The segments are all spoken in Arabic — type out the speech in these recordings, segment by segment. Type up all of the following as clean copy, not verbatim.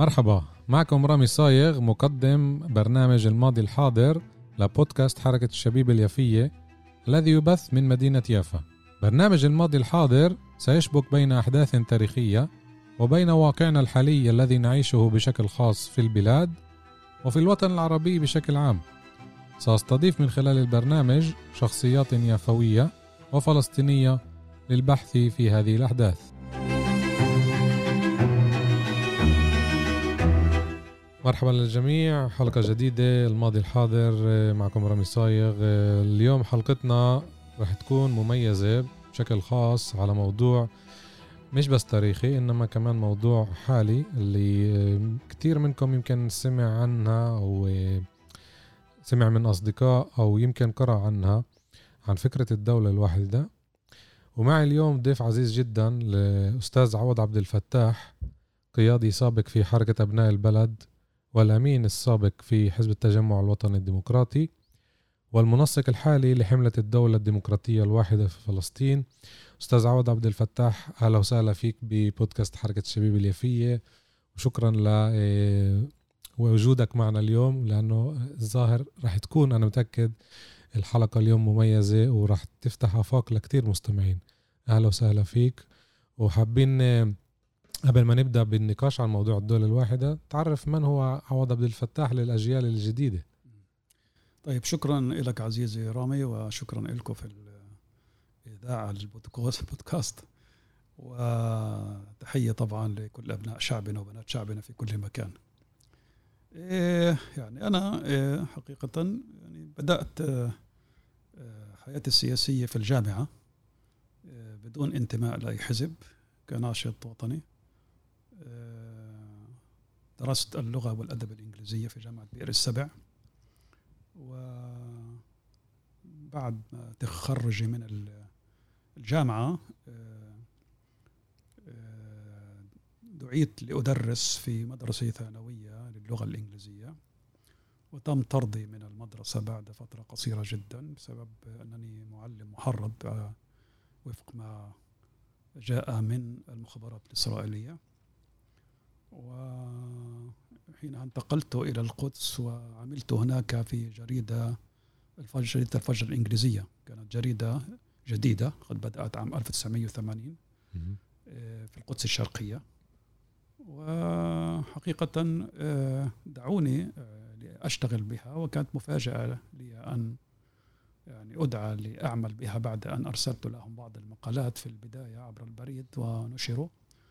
مرحبا، معكم رامي صايغ مقدم برنامج الماضي الحاضر لبودكاست حركة الشبيب اليافية الذي يبث من مدينة يافا. برنامج الماضي الحاضر سيشبك بين أحداث تاريخية وبين واقعنا الحالي الذي نعيشه بشكل خاص في البلاد وفي الوطن العربي بشكل عام. سأستضيف من خلال البرنامج شخصيات يافوية وفلسطينية للبحث في هذه الأحداث. مرحبا للجميع، حلقة جديدة الماضي الحاضر، معكم رامي صايغ. اليوم حلقتنا رح تكون مميزة بشكل خاص على موضوع مش بس تاريخي إنما كمان موضوع حالي اللي كتير منكم يمكن سمع عنها أو سمع من أصدقاء أو يمكن قرأ عنها، عن فكرة الدولة الواحدة. ومعي اليوم ضيف عزيز جدا الأستاذ عوض عبد الفتاح، قيادي سابق في حركة أبناء البلد والأمين السابق في حزب التجمع الوطني الديمقراطي والمنسق الحالي لحملة الدولة الديمقراطية الواحدة في فلسطين. أستاذ عوض عبد الفتاح، أهلا وسهلا فيك ببودكاست حركة الشبيب اليافية، وشكرا لوجودك معنا اليوم، لأنه الظاهر رح تكون أنا متأكد الحلقة اليوم مميزة ورح تفتح آفاق لكتير مستمعين. أهلا وسهلا فيك. وحابين قبل ما نبدأ بالنقاش عن موضوع الدولة الواحدة تعرف من هو عوض عبد الفتاح للأجيال الجديدة. طيب، شكرا لك عزيزي رامي، وشكرا لكم في الإذاعة البودكاست، وتحية طبعا لكل أبناء شعبنا وبنات شعبنا في كل مكان. يعني أنا حقيقة يعني بدأت حياتي السياسية في الجامعة بدون انتماء لأي حزب، كناشط وطني. درست اللغة والأدب الإنجليزية في جامعة بئر السبع، وبعد ما تخرجي من الجامعة دعيت لأدرس في مدرسة ثانوية للغة الإنجليزية، وتم طردي من المدرسة بعد فترة قصيرة جدا بسبب أنني معلم محرض وفق ما جاء من المخابرات الإسرائيلية. وحينها انتقلت إلى القدس وعملت هناك في جريدة الفجر الإنجليزية. كانت جريدة جديدة قد بدأت عام 1980 في القدس الشرقية. وحقيقة دعوني لأشتغل بها، وكانت مفاجأة لي أن يعني أدعى لأعمل بها بعد أن أرسلت لهم بعض المقالات في البداية عبر البريد ونشروا.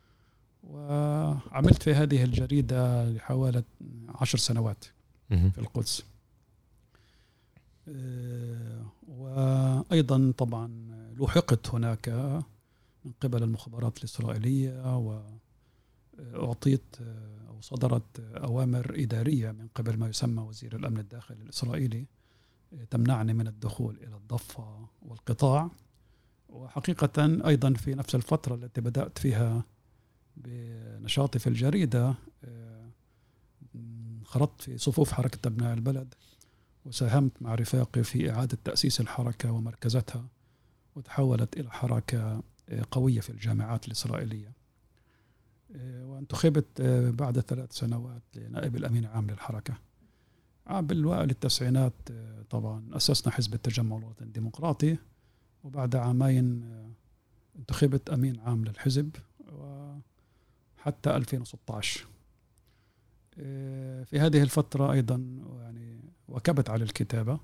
وعملت في هذه الجريدة لحوالي 10 سنوات في القدس. وأيضا طبعا لحقت هناك من قبل المخابرات الإسرائيلية، وأعطيت أو صدرت أوامر إدارية من قبل ما يسمى وزير الأمن الداخلي الإسرائيلي تمنعني من الدخول إلى الضفة والقطاع. وحقيقة أيضا في نفس الفترة التي بدأت فيها بنشاطي في الجريدة خرجت في صفوف حركة أبناء البلد، وساهمت مع رفاقي في إعادة تأسيس الحركة ومركزتها، وتحولت إلى حركة قوية في الجامعات الإسرائيلية. وانتخبت بعد 3 سنوات لنائب الأمين العام للحركة. بالأوائل التسعينات طبعا أسسنا حزب التجمع الوطني الديمقراطي، وبعد عامين انتخبت أمين عام للحزب وحتى 2016. في هذه الفترة أيضا يعني واكبت على الكتابة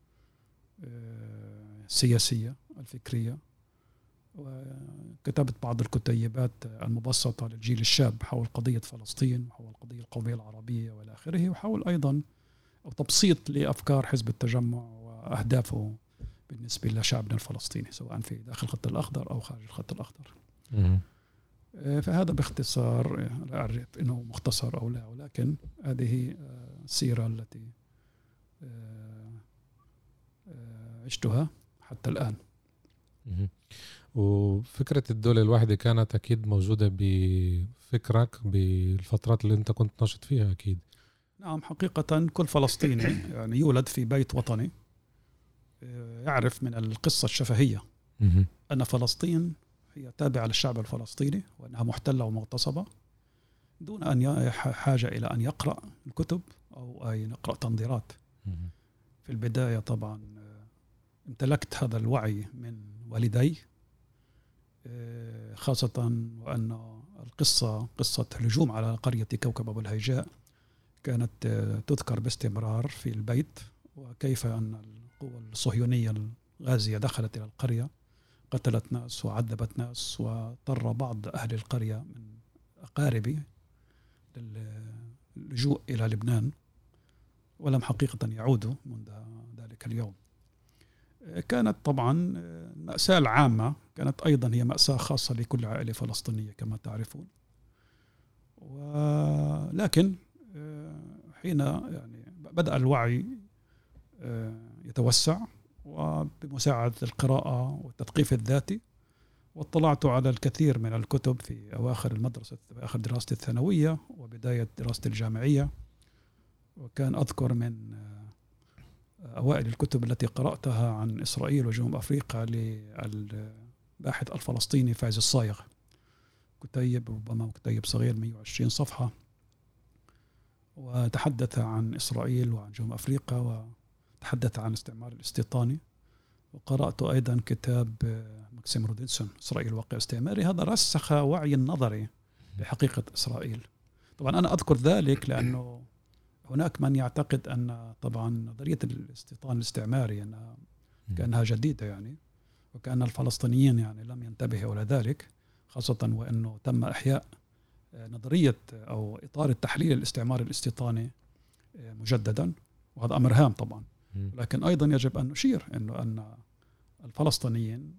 السياسية الفكرية، وكتبت بعض الكتيبات المبسطة للجيل الشاب حول قضية فلسطين وحول القضية القومية العربية والى آخره، وحول أيضا تبسيط لأفكار حزب التجمع وأهدافه بالنسبة لشعبنا الفلسطيني، سواء في داخل الخط الأخضر أو خارج الخط الأخضر. فهذا باختصار، لا أعرف إنه مختصر أو لا، ولكن هذه السيرة التي عشتها حتى الآن. وفكرة الدولة الواحدة كانت أكيد موجودة بفكرك بالفترات اللي أنت كنت نشط فيها أكيد. نعم، حقيقة كل فلسطيني يعني يولد في بيت وطني يعرف من القصة الشفهية أن فلسطين هي تابعة للشعب الفلسطيني، وأنها محتلة ومغتصبة. دون أن حاجة إلى أن يقرأ الكتب أو أن يقرأ تنظيرات. في البداية طبعا امتلكت هذا الوعي من والدي، خاصة وأن القصة قصة الهجوم على قرية كوكب أبو الهيجاء كانت تذكر باستمرار في البيت، وكيف أن القوى الصهيونية الغازية دخلت إلى القرية، قتلت ناس وعذبت ناس، واضطر بعض أهل القرية من أقاربي للجوء إلى لبنان، ولم حقيقة يعودوا منذ ذلك اليوم. كانت طبعا المأساة العامة كانت أيضا هي مأساة خاصة لكل عائلة فلسطينية كما تعرفون. ولكن حين يعني بدأ الوعي يتوسع، وبمساعدة القراءة والتثقيف الذاتي، واطلعت على الكثير من الكتب في أواخر آخر دراستي الثانوية وبداية دراستي الجامعية. وكان أذكر من أوائل الكتب التي قرأتها عن إسرائيل وجنوب أفريقيا للباحث الفلسطيني فايز الصايغ، كتيب ربما كتيب صغير 120 صفحة، وتحدث عن إسرائيل وعن جنوب أفريقيا، وتحدث عن الاستعمار الاستيطاني. وقرأت أيضا كتاب ماكسيم رودنسون إسرائيل واقع استعماري. هذا رسخ وعي النظري بحقيقة إسرائيل. طبعا أنا أذكر ذلك لأنه هناك من يعتقد أن طبعا نظرية الاستيطان الاستعماري أنها كأنها جديدة يعني، وكأن الفلسطينيين يعني لم ينتبهوا إلى ذلك، خاصة وأنه تم إحياء نظرية أو إطار التحليل الاستعماري الاستيطاني مجددا، وهذا أمر هام طبعا. لكن أيضا يجب أن نشير أنه أن الفلسطينيين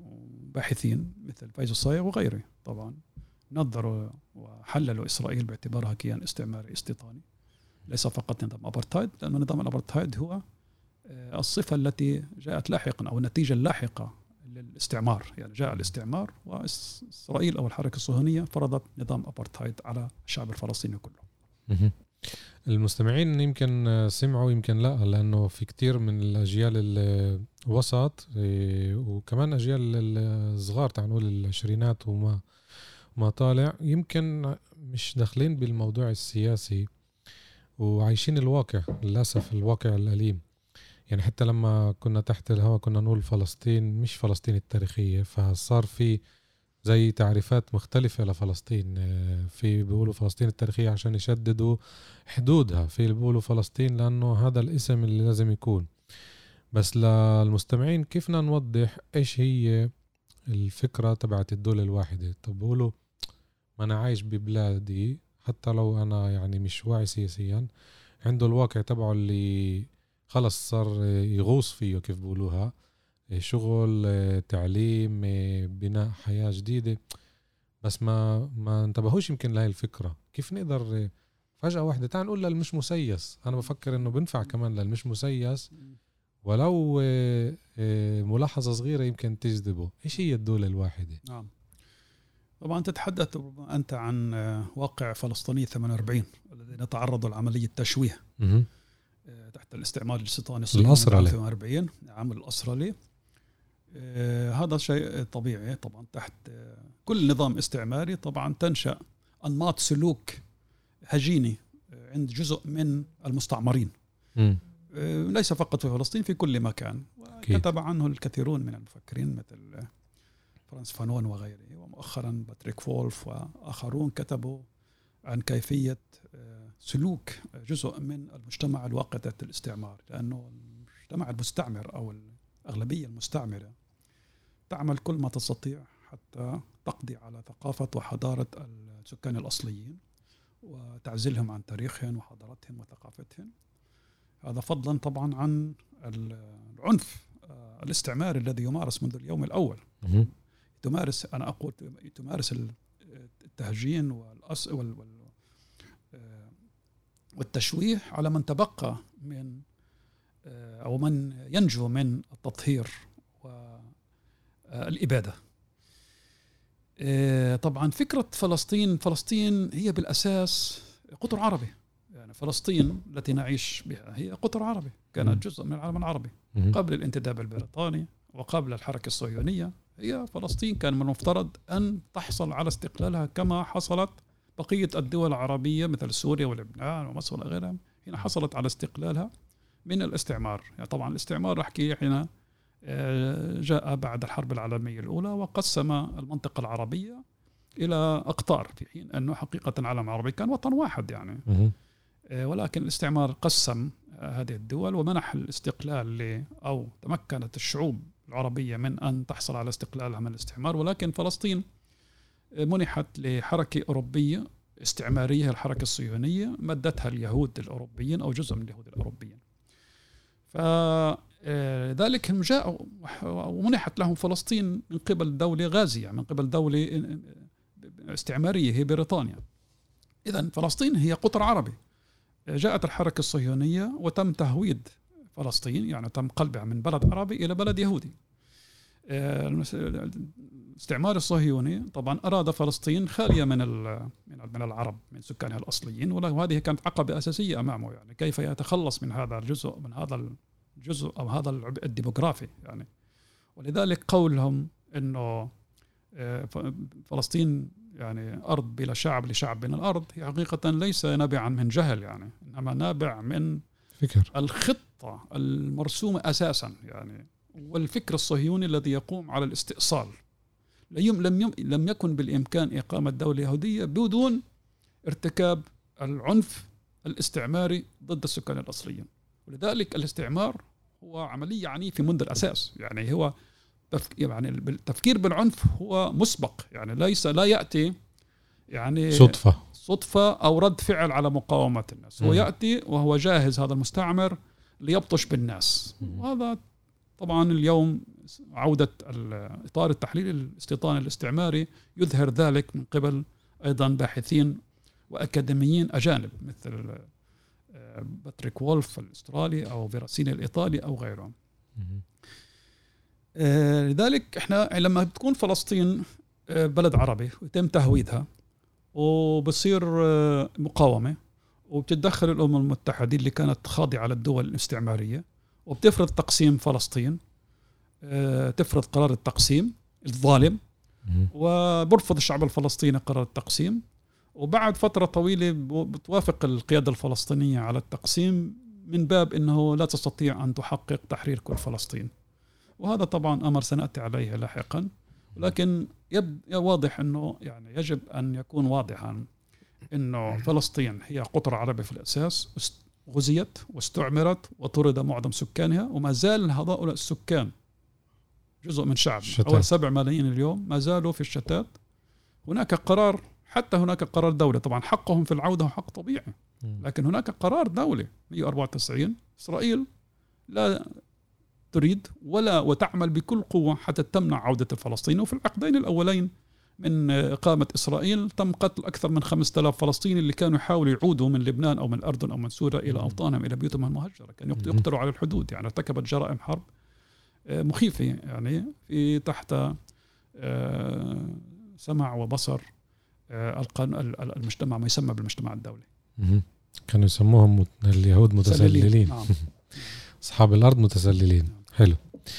باحثين مثل فايز الصايغ وغيره طبعا نظروا وحللوا إسرائيل باعتبارها كيان استعماري استيطاني، ليس فقط نظام أبرتايد، لأن نظام الأبرتايد هو الصفة التي جاءت لاحقا أو النتيجة اللاحقة للاستعمار. يعني جاء الاستعمار وإسرائيل أو الحركة الصهيونية فرضت نظام أبرتايد على الشعب الفلسطيني كله. المستمعين يمكن سمعوا يمكن لا، لأنه في كتير من الأجيال الوسط وكمان أجيال الصغار تعنقول العشرينات وما طالع يمكن مش داخلين بالموضوع السياسي وعايشين الواقع، للأسف الواقع الأليم. يعني حتى لما كنا تحت الهواء كنا نقول فلسطين مش فلسطين التاريخية، فصار في زي تعريفات مختلفة لفلسطين. في بيقولوا فلسطين التاريخية عشان يشددوا حدودها، في اللي بيقولوا فلسطين لأنه هذا الاسم اللي لازم يكون. بس للمستمعين كيفنا نوضح إيش هي الفكرة تبعت الدولة الواحدة؟ طب بيقولوا ما أنا عايش ببلادي حتى لو أنا يعني مش واعي سياسيا، عنده الواقع تبعه اللي خلص صار يغوص فيه كيف بيقولوها، شغل، تعليم، بناء حياة جديدة، بس ما انتبهوش يمكن لهي الفكرة. كيف نقدر فجأة واحدة تعال نقول للمش مسيس؟ أنا بفكر إنه بنفع كمان للمش مسيس ولو ملاحظة صغيرة يمكن تجذبه. إيش هي الدولة الواحدة؟ نعم طبعا تتحدث أنت عن واقع فلسطيني 48 الذين تعرضوا لعملية تشويه تحت الاستعمار الاستيطاني الأسرلي 48 عام الأسرلي. هذا شيء طبيعي طبعا. تحت كل نظام استعماري طبعا تنشأ أنماط سلوك هجيني عند جزء من المستعمرين، ليس فقط في فلسطين، في كل مكان. وكتب عنه الكثيرون من المفكرين مثل فرانس فانون وغيره، ومؤخرا باتريك فولف وآخرون كتبوا عن كيفية سلوك جزء من المجتمع الواقع تحت الاستعمار. لأنه المجتمع المستعمر أو الأغلبية المستعمرة تعمل كل ما تستطيع حتى تقضي على ثقافة وحضارة السكان الأصليين وتعزلهم عن تاريخهم وحضارتهم وثقافتهم. هذا فضلا طبعا عن العنف الاستعماري الذي يمارس منذ اليوم الأول. تمارس، أنا أقول تمارس التهجين والتشويه على من تبقى من أو من ينجو من التطهير والإبادة. طبعا فكرة فلسطين هي بالأساس قطر عربي. يعني فلسطين التي نعيش بها هي قطر عربي، كانت جزء من العالم العربي قبل الانتداب البريطاني وقبل الحركة الصهيونية. هي فلسطين كان من المفترض أن تحصل على استقلالها كما حصلت بقية الدول العربية مثل سوريا ولبنان ومصر وغيرها هنا حصلت على استقلالها من الاستعمار. يعني طبعا الاستعمار رحكي حين جاء بعد الحرب العالمية الأولى وقسم المنطقة العربية إلى أقطار، في حين أنه حقيقة العالم العربي كان وطن واحد يعني. ولكن الاستعمار قسم هذه الدول ومنح الاستقلال أو تمكنت الشعوب العربية من أن تحصل على استقلالها من الاستعمار. ولكن فلسطين منحت لحركة أوروبية استعمارية، الحركة الصهيونية، مدتها اليهود الأوروبيين أو جزء من اليهود الأوروبيين. فذلك هم جاءوا ومنحت لهم فلسطين من قبل دولة غازية، من قبل دولة استعمارية هي بريطانيا. إذن فلسطين هي قطر عربي. جاءت الحركة الصهيونية وتم تهويد فلسطين، يعني تم قلبها من بلد عربي إلى بلد يهودي. الاستعمار الصهيوني طبعا أراد فلسطين خالية من العرب، من سكانها الأصليين، وهذه كانت عقبة أساسية أمامه، يعني كيف يتخلص من هذا الجزء، من هذا الجزء أو هذا العبء الديموغرافي يعني. ولذلك قولهم إنه فلسطين يعني أرض بلا شعب لشعب بين الأرض هي حقيقة ليس نابعا من جهل يعني، إنما نابع من فكر الخطة المرسومة أساسا يعني، والفكر الصهيوني الذي يقوم على الاستئصال. لم يكن بالإمكان إقامة دولة يهودية بدون ارتكاب العنف الاستعماري ضد السكان الأصليين. ولذلك الاستعمار هو عملية عنيفة منذ الأساس، يعني هو يعني التفكير بالعنف هو مسبق، يعني لا يأتي يعني صدفة أو رد فعل على مقاومة الناس. هو يأتي وهو جاهز هذا المستعمر ليبطش بالناس. وهذا طبعا اليوم عودة إطار التحليل الاستيطاني الاستعماري يظهر ذلك من قبل أيضا باحثين وأكاديميين أجانب مثل باتريك وولف الأسترالي أو فيراسيني الإيطالي أو غيرهم. لذلك إحنا لما بتكون فلسطين بلد عربي ويتم تهويدها وبصير مقاومة وبتتدخل الأمم المتحدة اللي كانت خاضعة للدول الاستعمارية وبتفرض تقسيم فلسطين، تفرض قرار التقسيم الظالم، وبرفض الشعب الفلسطيني قرار التقسيم، وبعد فترة طويلة بتوافق القيادة الفلسطينية على التقسيم من باب أنه لا تستطيع أن تحقق تحرير كل فلسطين. وهذا طبعا أمر سنأتي عليه لاحقا، ولكن واضح أنه يعني يجب أن يكون واضحا أنه فلسطين هي قطر عربي في الأساس، غزيت واستعمرت وطرد معظم سكانها، وما زال هؤلاء السكان جزء من شعب حوالي 7 ملايين اليوم ما زالوا في الشتات. هناك قرار، حتى هناك قرار دولة، طبعا حقهم في العودة هو حق طبيعي، لكن هناك قرار دولة 194. إسرائيل لا تريد وتعمل بكل قوة حتى تمنع عودة الفلسطينيين. وفي العقدين الأولين من إقامة إسرائيل تم قتل أكثر من 5000 فلسطيني اللي كانوا يحاولوا يعودوا من لبنان أو من الأردن أو من سوريا إلى أوطانهم إلى بيوتهم المهجرة. كانوا يقتلوا على الحدود، يعني ارتكبت جرائم حرب مخيفة يعني في تحت سمع وبصر المجتمع، ما يسمى بالمجتمع الدولي. كانوا يسموهم اليهود متسللين. نعم. أصحاب الأرض متسللين. حلو.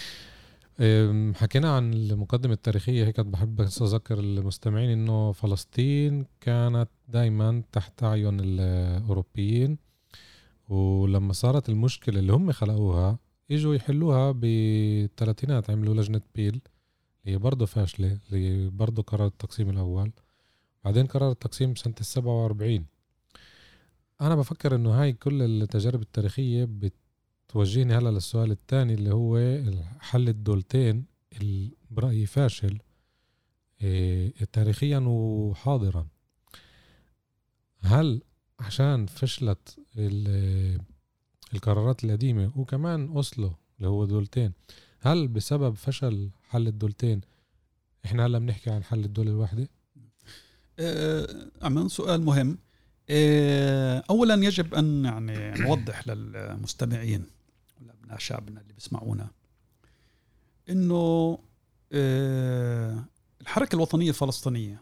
حكينا عن المقدمة التاريخية، هيك بحب أذكر المستمعين إنه فلسطين كانت دايما تحت أعين الأوروبيين، ولما صارت المشكلة اللي هم خلقوها يجوا يحلوها بالثلاثينات، عملوا لجنة بيل اللي هي برضو فاشلة، اللي برضو قرار التقسيم الأول، بعدين قرار التقسيم سنة 47. أنا بفكر إنه هاي كل التجارب التاريخية توجهني هلا للسؤال الثاني اللي هو حل الدولتين، برأيي فاشل تاريخيا وحاضرا. هل عشان فشلت القرارات القديمة وكمان أوسلو اللي هو دولتين، هل بسبب فشل حل الدولتين احنا هلا بنحكي عن حل الدولة الواحدة؟ أمام سؤال مهم. أولا يجب أن يعني نوضح للمستمعين ولأبناء شعبنا اللي بيسمعونا إنه الحركة الوطنية الفلسطينية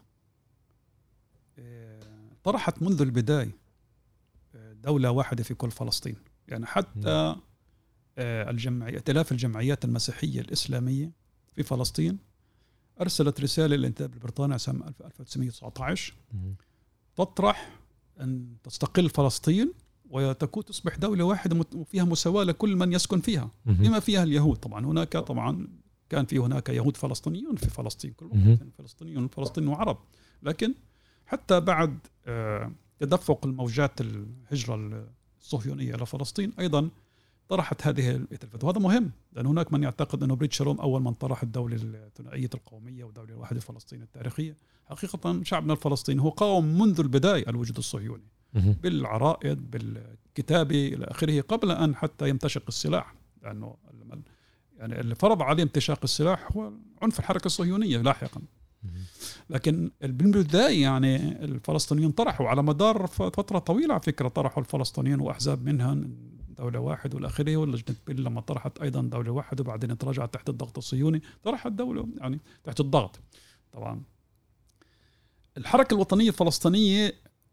طرحت منذ البداية دولة واحدة في كل فلسطين. يعني حتى ائتلاف الجمعيات المسيحية الإسلامية في فلسطين أرسلت رسالة للإنتداب البريطاني سنة 1919 تطرح أن تستقل فلسطين وتكون تصبح دولة واحدة وفيها مساواة لكل من يسكن فيها بما فيها اليهود. طبعا هناك كان في هناك يهود فلسطينيون في فلسطين، كلهم فلسطينيون وعرب، لكن حتى بعد تدفق الموجات الهجرة الصهيونية إلى فلسطين أيضا طرحت هذه الفتوى. وهذا مهم لأن هناك من يعتقد أنه بريد شالوم أول من طرح الدولة الثنائية القومية ودولة الواحدة الفلسطينية التاريخية. حقيقة شعبنا الفلسطيني هو قاوم منذ البداية الوجود الصهيوني بالعرائض بالكتابة إلى آخره قبل أن حتى يمتشق السلاح، لأنه يعني اللي فرض عليه امتشاق السلاح هو عنف الحركة الصهيونية لاحقا. لكن بالبداية يعني الفلسطينيين طرحوا على مدار فترة طويلة على فكرة، طرحوا الفلسطينيين وأحزاب منها دولة واحد والآخره، واللجنة بيل لما طرحت أيضا دولة واحد وبعدين تراجعت تحت الضغط الصهيوني، طرحت دولة يعني تحت الضغط. طبعا الحركة الوطنية الفلسطينية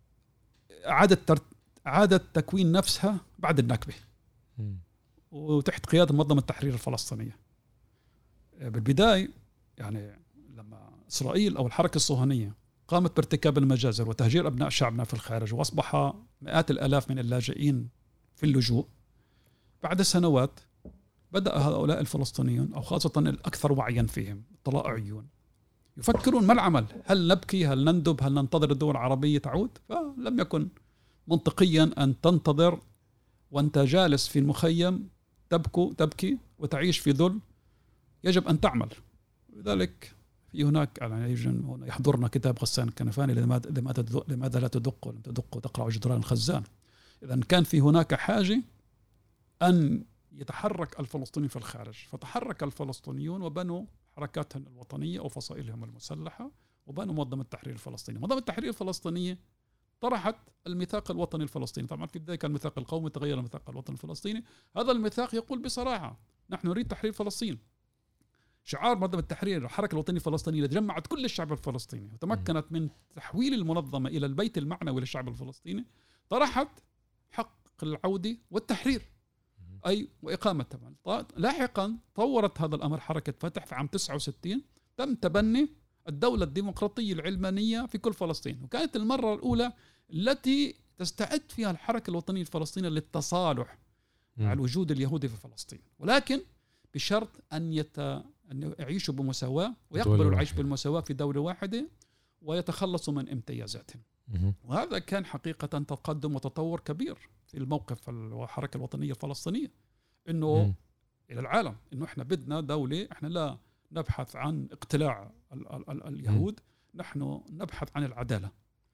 عادت تكوين نفسها بعد النكبة وتحت قيادة منظمة التحرير الفلسطينية. بالبداية يعني لما إسرائيل أو الحركة الصهيونية قامت بارتكاب المجازر وتهجير أبناء شعبنا في الخارج وأصبح مئات الآلاف من اللاجئين في اللجوء، بعد سنوات بدأ هؤلاء الفلسطينيون أو خاصة الأكثر وعيا فيهم الطلائعيون يفكرون ما العمل، هل نبكي، هل نندب، هل ننتظر الدول العربية تعود؟ فلم يكن منطقيا أن تنتظر وأنت جالس في المخيم تبكي وتعيش في ذل، يجب أن تعمل. لذلك في هناك يحضرنا كتاب غسان الكنفاني لماذا لا تدق ولم تدق وتقرأ جدران الخزان. إذن كان في هناك حاجة أن يتحرك الفلسطينيين في الخارج، فتحرك الفلسطينيون وبنوا حركاتهم الوطنية أو فصائلهم المسلحة وبنوا منظمة التحرير الفلسطيني. منظمة التحرير الفلسطينية طرحت الميثاق الوطني الفلسطيني. طبعا في البداية كان الميثاق القومي، تغير الميثاق الوطني الفلسطيني. هذا الميثاق يقول بصراحة نحن نريد تحرير فلسطين. شعار منظمة التحرير الحركة الوطنية الفلسطينية جمعت كل الشعب الفلسطيني وتمكنت من تحويل المنظمة إلى البيت المعنوي للشعب الفلسطيني. طرحت حق العودة والتحرير أي وإقامة. لاحقا طورت هذا الأمر حركة فتح في عام 69 تم تبني الدولة الديمقراطية العلمانية في كل فلسطين، وكانت المرة الأولى التي تستعد فيها الحركة الوطنية الفلسطينية للتصالح مع الوجود اليهودي في فلسطين، ولكن بشرط أن يعيشوا بمساواة ويقبلوا العيش بالمساواة في دولة واحدة ويتخلصوا من امتيازاتهم. وهذا كان حقيقة تقدم وتطور كبير في الموقف الحركة الوطنية الفلسطينية، إنه إلى العالم إنه إحنا بدنا دولة، إحنا لا نبحث عن اقتلاع اليهود، نحن نبحث عن العدالة.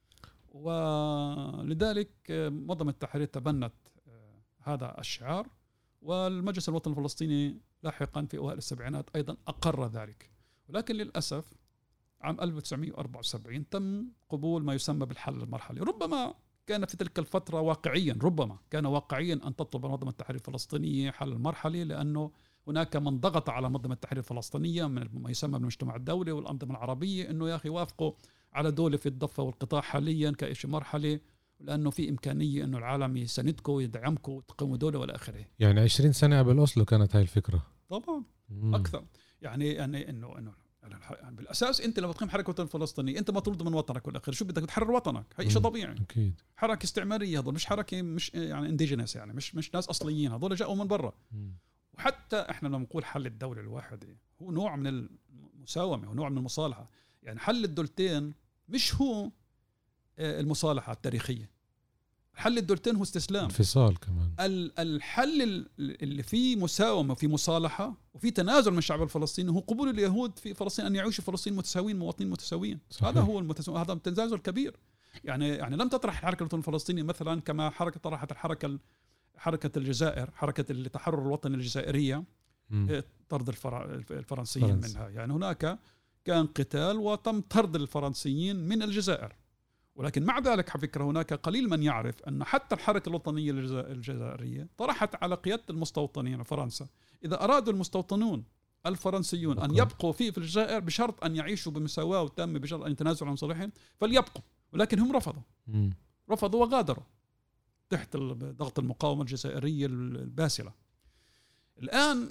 ولذلك منظمة التحرير تبنت هذا الشعار، والمجلس الوطني الفلسطيني لاحقا في أوائل السبعينات أيضا أقر ذلك. ولكن للأسف عام 1974 تم قبول ما يسمى بالحل المرحلي. ربما كان في تلك الفترة ربما كان واقعيا أن تطلب منظمة التحرير الفلسطينية حل المرحلي، لأنه هناك من ضغط على منظمة التحرير الفلسطينية من ما يسمى بالمجتمع الدولي والأنظمة العربية إنه يا أخي وافقوا على دولة في الضفة والقطاع حاليا كإشي مرحلي، لأنه في إمكانية إنه العالم يساندكم ويدعمكم وتقوموا دولة ولا آخره. يعني 20 سنة قبل أوسلو كانت هاي الفكرة. طبعا أكثر. يعني إنه بالأساس أنت لما تقيم حركة وطن فلسطينية أنت مطرود من وطنك والآخر، شو بدك تحرر وطنك؟ هاي شيء طبيعي. أكيد. حركة استعمارية، هذول مش حركة، مش يعني انديجينس، يعني مش ناس أصليين، هذول جاءوا من برا. وحتى إحنا لما نقول حل الدولة الواحدة هو نوع من المساومة ونوع من المصالحة. يعني حل الدولتين مش هو المصالحة التاريخية، حل الدولتين هو استسلام، انفصال كمان. الحل اللي فيه مساومة وفي مصالحة وفي تنازل من الشعب الفلسطيني هو قبول اليهود في فلسطين أن يعيشوا فلسطين متساويين، مواطنين متساويين. هذا هو هذا تنازل كبير. يعني لم تطرح الحركة الوطنية الفلسطينية مثلا كما طرحت حركة الجزائر، حركة التحرر الوطني الجزائرية، طرد الفرنسيين منها. يعني هناك كان قتال وتم طرد الفرنسيين من الجزائر. ولكن مع ذلك على فكرة هناك قليل من يعرف أن حتى الحركة الوطنية الجزائرية طرحت على قيادة المستوطنين فرنسا إذا أرادوا المستوطنون الفرنسيون أن يبقوا في الجزائر بشرط أن يعيشوا بمساواة وتامة، بشرط أن يتنازلوا عن مصالحهم فليبقوا، ولكن هم رفضوا وغادروا تحت ضغط المقاومة الجزائرية الباسلة. الآن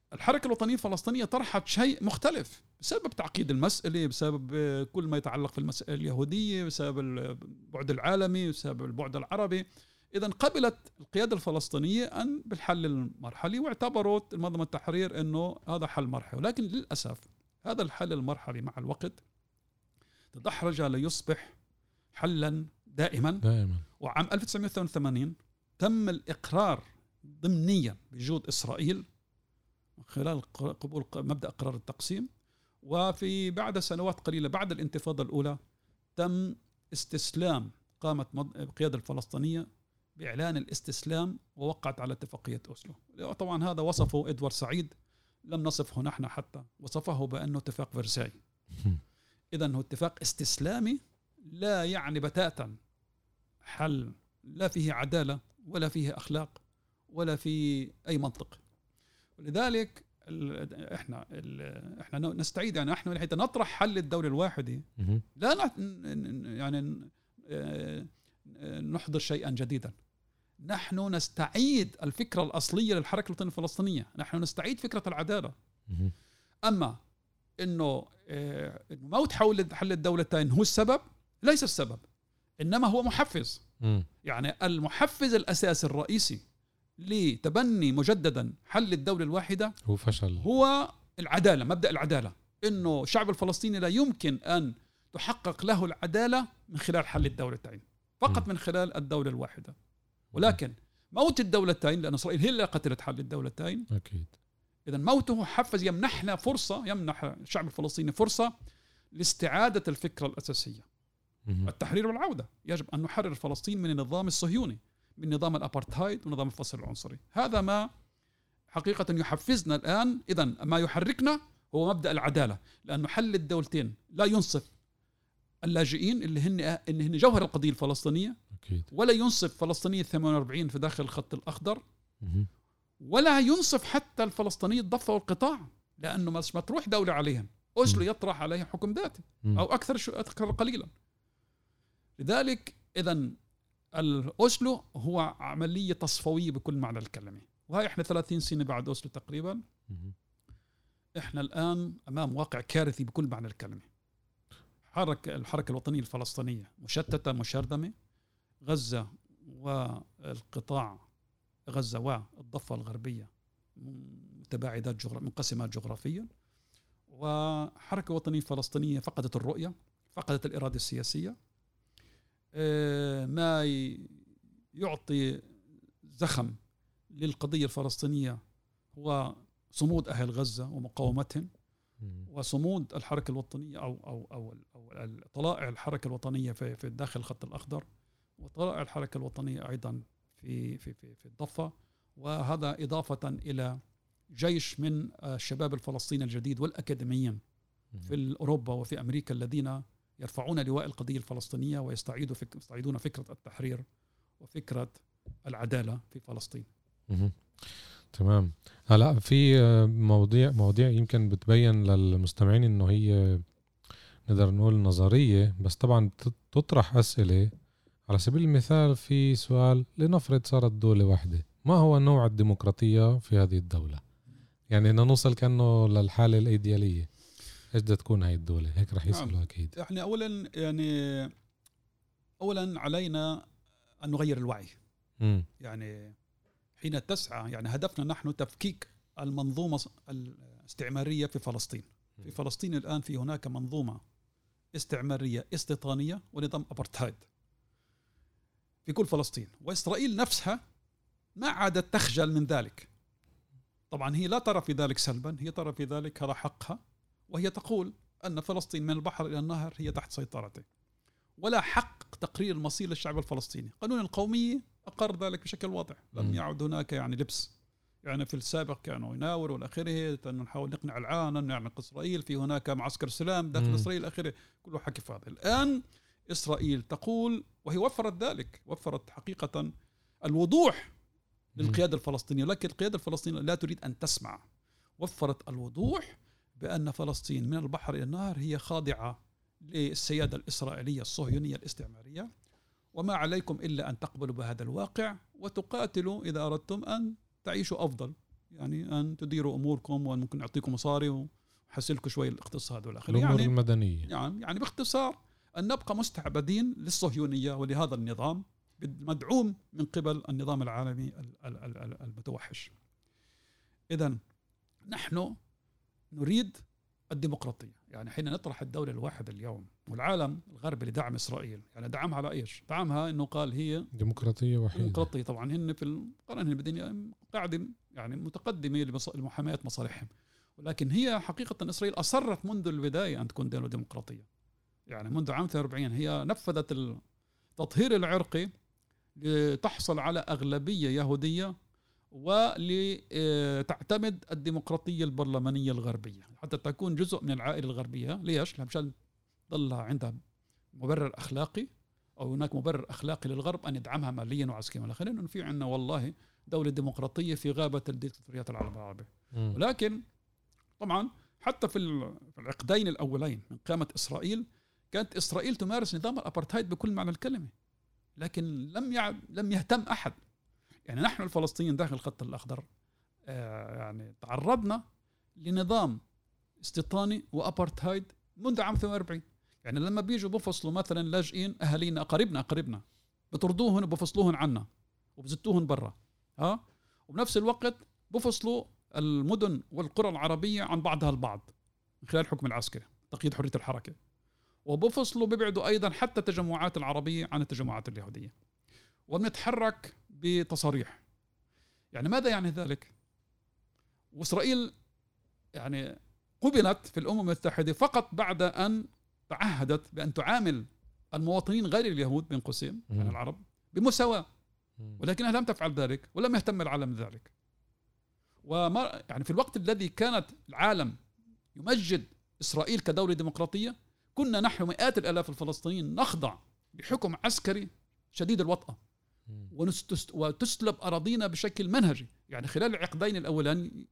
الحركة الوطنية الفلسطينية طرحت شيء مختلف بسبب تعقيد المسألة، بسبب كل ما يتعلق في المسألة اليهودية، بسبب البعد العالمي، بسبب البعد العربي. إذا قبلت القيادة الفلسطينية أن بالحل المرحلي، واعتبرت المنظمة التحرير أنه هذا حل مرحلي. ولكن للأسف هذا الحل المرحلي مع الوقت تدحرج ليصبح حلا دائما. وعام 1982 تم الإقرار ضمنيا بوجود إسرائيل من خلال قبول مبدأ قرار التقسيم. وفي بعد سنوات قليلة بعد الانتفاضة الأولى تم استسلام، قامت القيادة الفلسطينية بإعلان الاستسلام ووقعت على اتفاقية أوسلو. طبعا هذا وصفه إدوارد سعيد، لم نصفه نحن، حتى وصفه بأنه اتفاق فرساي. إذن هو اتفاق استسلامي لا يعني بتاتا حل لا فيه عدالة ولا فيه أخلاق ولا فيه أي منطق. ولذلك احنا نستعيد، يعني نحن حتى نطرح حل الدولة الواحدة لا يعني نحضر شيئا جديدا. نحن نستعيد الفكرة الأصلية للحركة الوطنية الفلسطينية، نحن نستعيد فكرة العدالة. أما إنه موت حول حل الدولتين هو السبب، ليس السبب، إنما هو محفز. يعني المحفز الأساسي الرئيسي لتبني مجددا حل الدولة الواحدة هو فشل، هو العدالة، مبدأ العدالة، إنه الشعب الفلسطيني لا يمكن أن تحقق له العدالة من خلال حل الدولتين، فقط من خلال الدولة الواحدة. ولكن موت الدولتين، لأن إسرائيل هي اللي قتلت حل الدولتين أكيد، إذا موته حفز، يمنحنا فرصة، يمنح الشعب الفلسطيني فرصة لاستعادة الفكرة الأساسية، التحرير والعودة. يجب أن نحرر فلسطين من النظام الصهيوني، من نظام الأبارتهايد ونظام الفصل العنصري. هذا ما حقيقة يحفزنا الآن. إذا ما يحركنا هو مبدأ العدالة، لأنه حل الدولتين لا ينصف اللاجئين اللي هن جوهر القضية الفلسطينية أكيد، ولا ينصف فلسطينية 48 في داخل الخط الأخضر، ولا ينصف حتى الفلسطينية الضفة والقطاع، لأنه ما تروح دولة عليهم. أوسلو يطرح عليهم حكم ذاتي أو أكثر قليلا. لذلك إذن الأوسلو هو عملية تصفوية بكل معنى الكلمة. وهي إحنا 30 سنة بعد أوسلو تقريبا، إحنا الآن أمام واقع كارثي بكل معنى الكلمة. الحركة الوطنية الفلسطينية مشتتة مشردمة، غزة والقطاع، غزة والضفة الغربية متباعدات منقسمات جغرافيا. وحركة وطنية فلسطينية فقدت الرؤية، فقدت الإرادة السياسية. ما يعطي زخم للقضية الفلسطينية هو صمود أهل غزة ومقاومتهم، وصمود الحركة الوطنية أو طلائع الحركة الوطنية في داخل الخط الأخضر، وطلائع الحركة الوطنية أيضا في الضفة. وهذا إضافة إلى جيش من الشباب الفلسطيني الجديد والأكاديميين في أوروبا وفي أمريكا الذين يرفعون لواء القضية الفلسطينية ويستعيدون فكرة التحرير وفكرة العدالة في فلسطين. تمام. هلا في مواضيع يمكن بتبين للمستمعين انه هي نقدر نقول نظرية، بس طبعا تطرح أسئلة. على سبيل المثال في سؤال، لنفرض صارت دولة واحدة، ما هو نوع الديمقراطية في هذه الدولة؟ يعني نوصل كأنه للحالة الإيديالية، ايش بدها تكون هاي الدولة؟ هيك رح يسألوا أكيد. احنا أولا علينا أن نغير الوعي. يعني حين تسعى، يعني هدفنا نحن تفكيك المنظومة الاستعمارية في فلسطين. في فلسطين الآن في هناك منظومة استعمارية استيطانية ونظام أبارتهايد في كل فلسطين، وإسرائيل نفسها ما عادت تخجل من ذلك. طبعا هي لا ترى في ذلك سلبا، هي ترى في ذلك هذا حقها، وهي تقول أن فلسطين من البحر إلى النهر هي تحت سيطرته، ولا حق تقرير المصير للشعب الفلسطيني. قانون القومية أقر ذلك بشكل واضح، لم يعد هناك يعني لبس. يعني في السابق كانوا يناوروا والآخره، نحاول نقنع العالم، نعنق إسرائيل، في هناك معسكر سلام داخل إسرائيل الآخره، كله حكي فاضي. الآن إسرائيل تقول، وهي وفرت ذلك، وفرت حقيقة الوضوح للقيادة الفلسطينية، لكن القيادة الفلسطينية لا تريد أن تسمع. وفرت الوضوح بأن فلسطين من البحر إلى النهر هي خاضعة للسيادة الإسرائيلية الصهيونية الاستعمارية، وما عليكم إلا أن تقبلوا بهذا الواقع وتقاتلوا إذا أردتم أن تعيشوا أفضل. يعني أن تديروا أموركم وأن ممكن نعطيكم مصاري وحسلكم شوي الاقتصاد والآخر. الأمور المدنية. يعني باختصار أن نبقى مستعبدين للصهيونية ولهذا النظام مدعوم من قبل النظام العالمي المتوحش. إذن نحن نريد الديمقراطية. يعني حين نطرح الدولة الواحدة اليوم والعالم الغربي اللي دعم إسرائيل، يعني دعمها على إيش؟ دعمها إنه قال هي ديمقراطية وحيدة. ديمقراطية. طبعا هن في القرن البدني قاعدة يعني متقدمة لمحاماة مصالحهم، ولكن هي حقيقة إسرائيل أصرت منذ البداية أن تكون دولة ديمقراطية. يعني منذ عام 48 هي نفذت التطهير العرقي لتحصل على أغلبية يهودية ولتعتمد الديمقراطية البرلمانية الغربية حتى تكون جزء من العائلة الغربية. ليش؟ مشان ضلها عندها مبرر أخلاقي، أو هناك مبرر أخلاقي للغرب أن يدعمها ماليا وعسكريا والآخر، لأنه في عندنا والله دولة ديمقراطية في غابة الديكتاتوريات العربية. ولكن طبعا حتى في العقدين الأولين من قيامة إسرائيل كانت إسرائيل تمارس نظام الأبارتهايد بكل معنى الكلمة، لكن لم يهتم أحد. يعني نحن الفلسطينيين داخل الخط الأخضر يعني تعرضنا لنظام استيطاني وأبارتهايد منذ عام 48. يعني لما بيجوا بفصلوا مثلا لاجئين أهالينا قريبنا بطردوهن وبفصلوهن عنا وبزتوهن برا، وبنفس الوقت بفصلوا المدن والقرى العربية عن بعضها البعض من خلال الحكم العسكري تقييد حرية الحركة، وبفصلوا بيبعدوا أيضا حتى التجمعات العربية عن التجمعات اليهودية، وبنتحرك بتصاريح. يعني ماذا يعني ذلك؟ وإسرائيل يعني قبلت في الأمم المتحدة فقط بعد أن تعهدت بأن تعامل المواطنين غير اليهود بين قوسين يعني العرب بمساواة، ولكنها لم تفعل ذلك ولم يهتم العالم ذلك. وما يعني في الوقت الذي كانت العالم يمجد إسرائيل كدولة ديمقراطية، كنا نحن مئات الآلاف الفلسطينيين نخضع لحكم عسكري شديد الوطأة وتسلب أراضينا بشكل منهجي. يعني خلال العقدين الأولان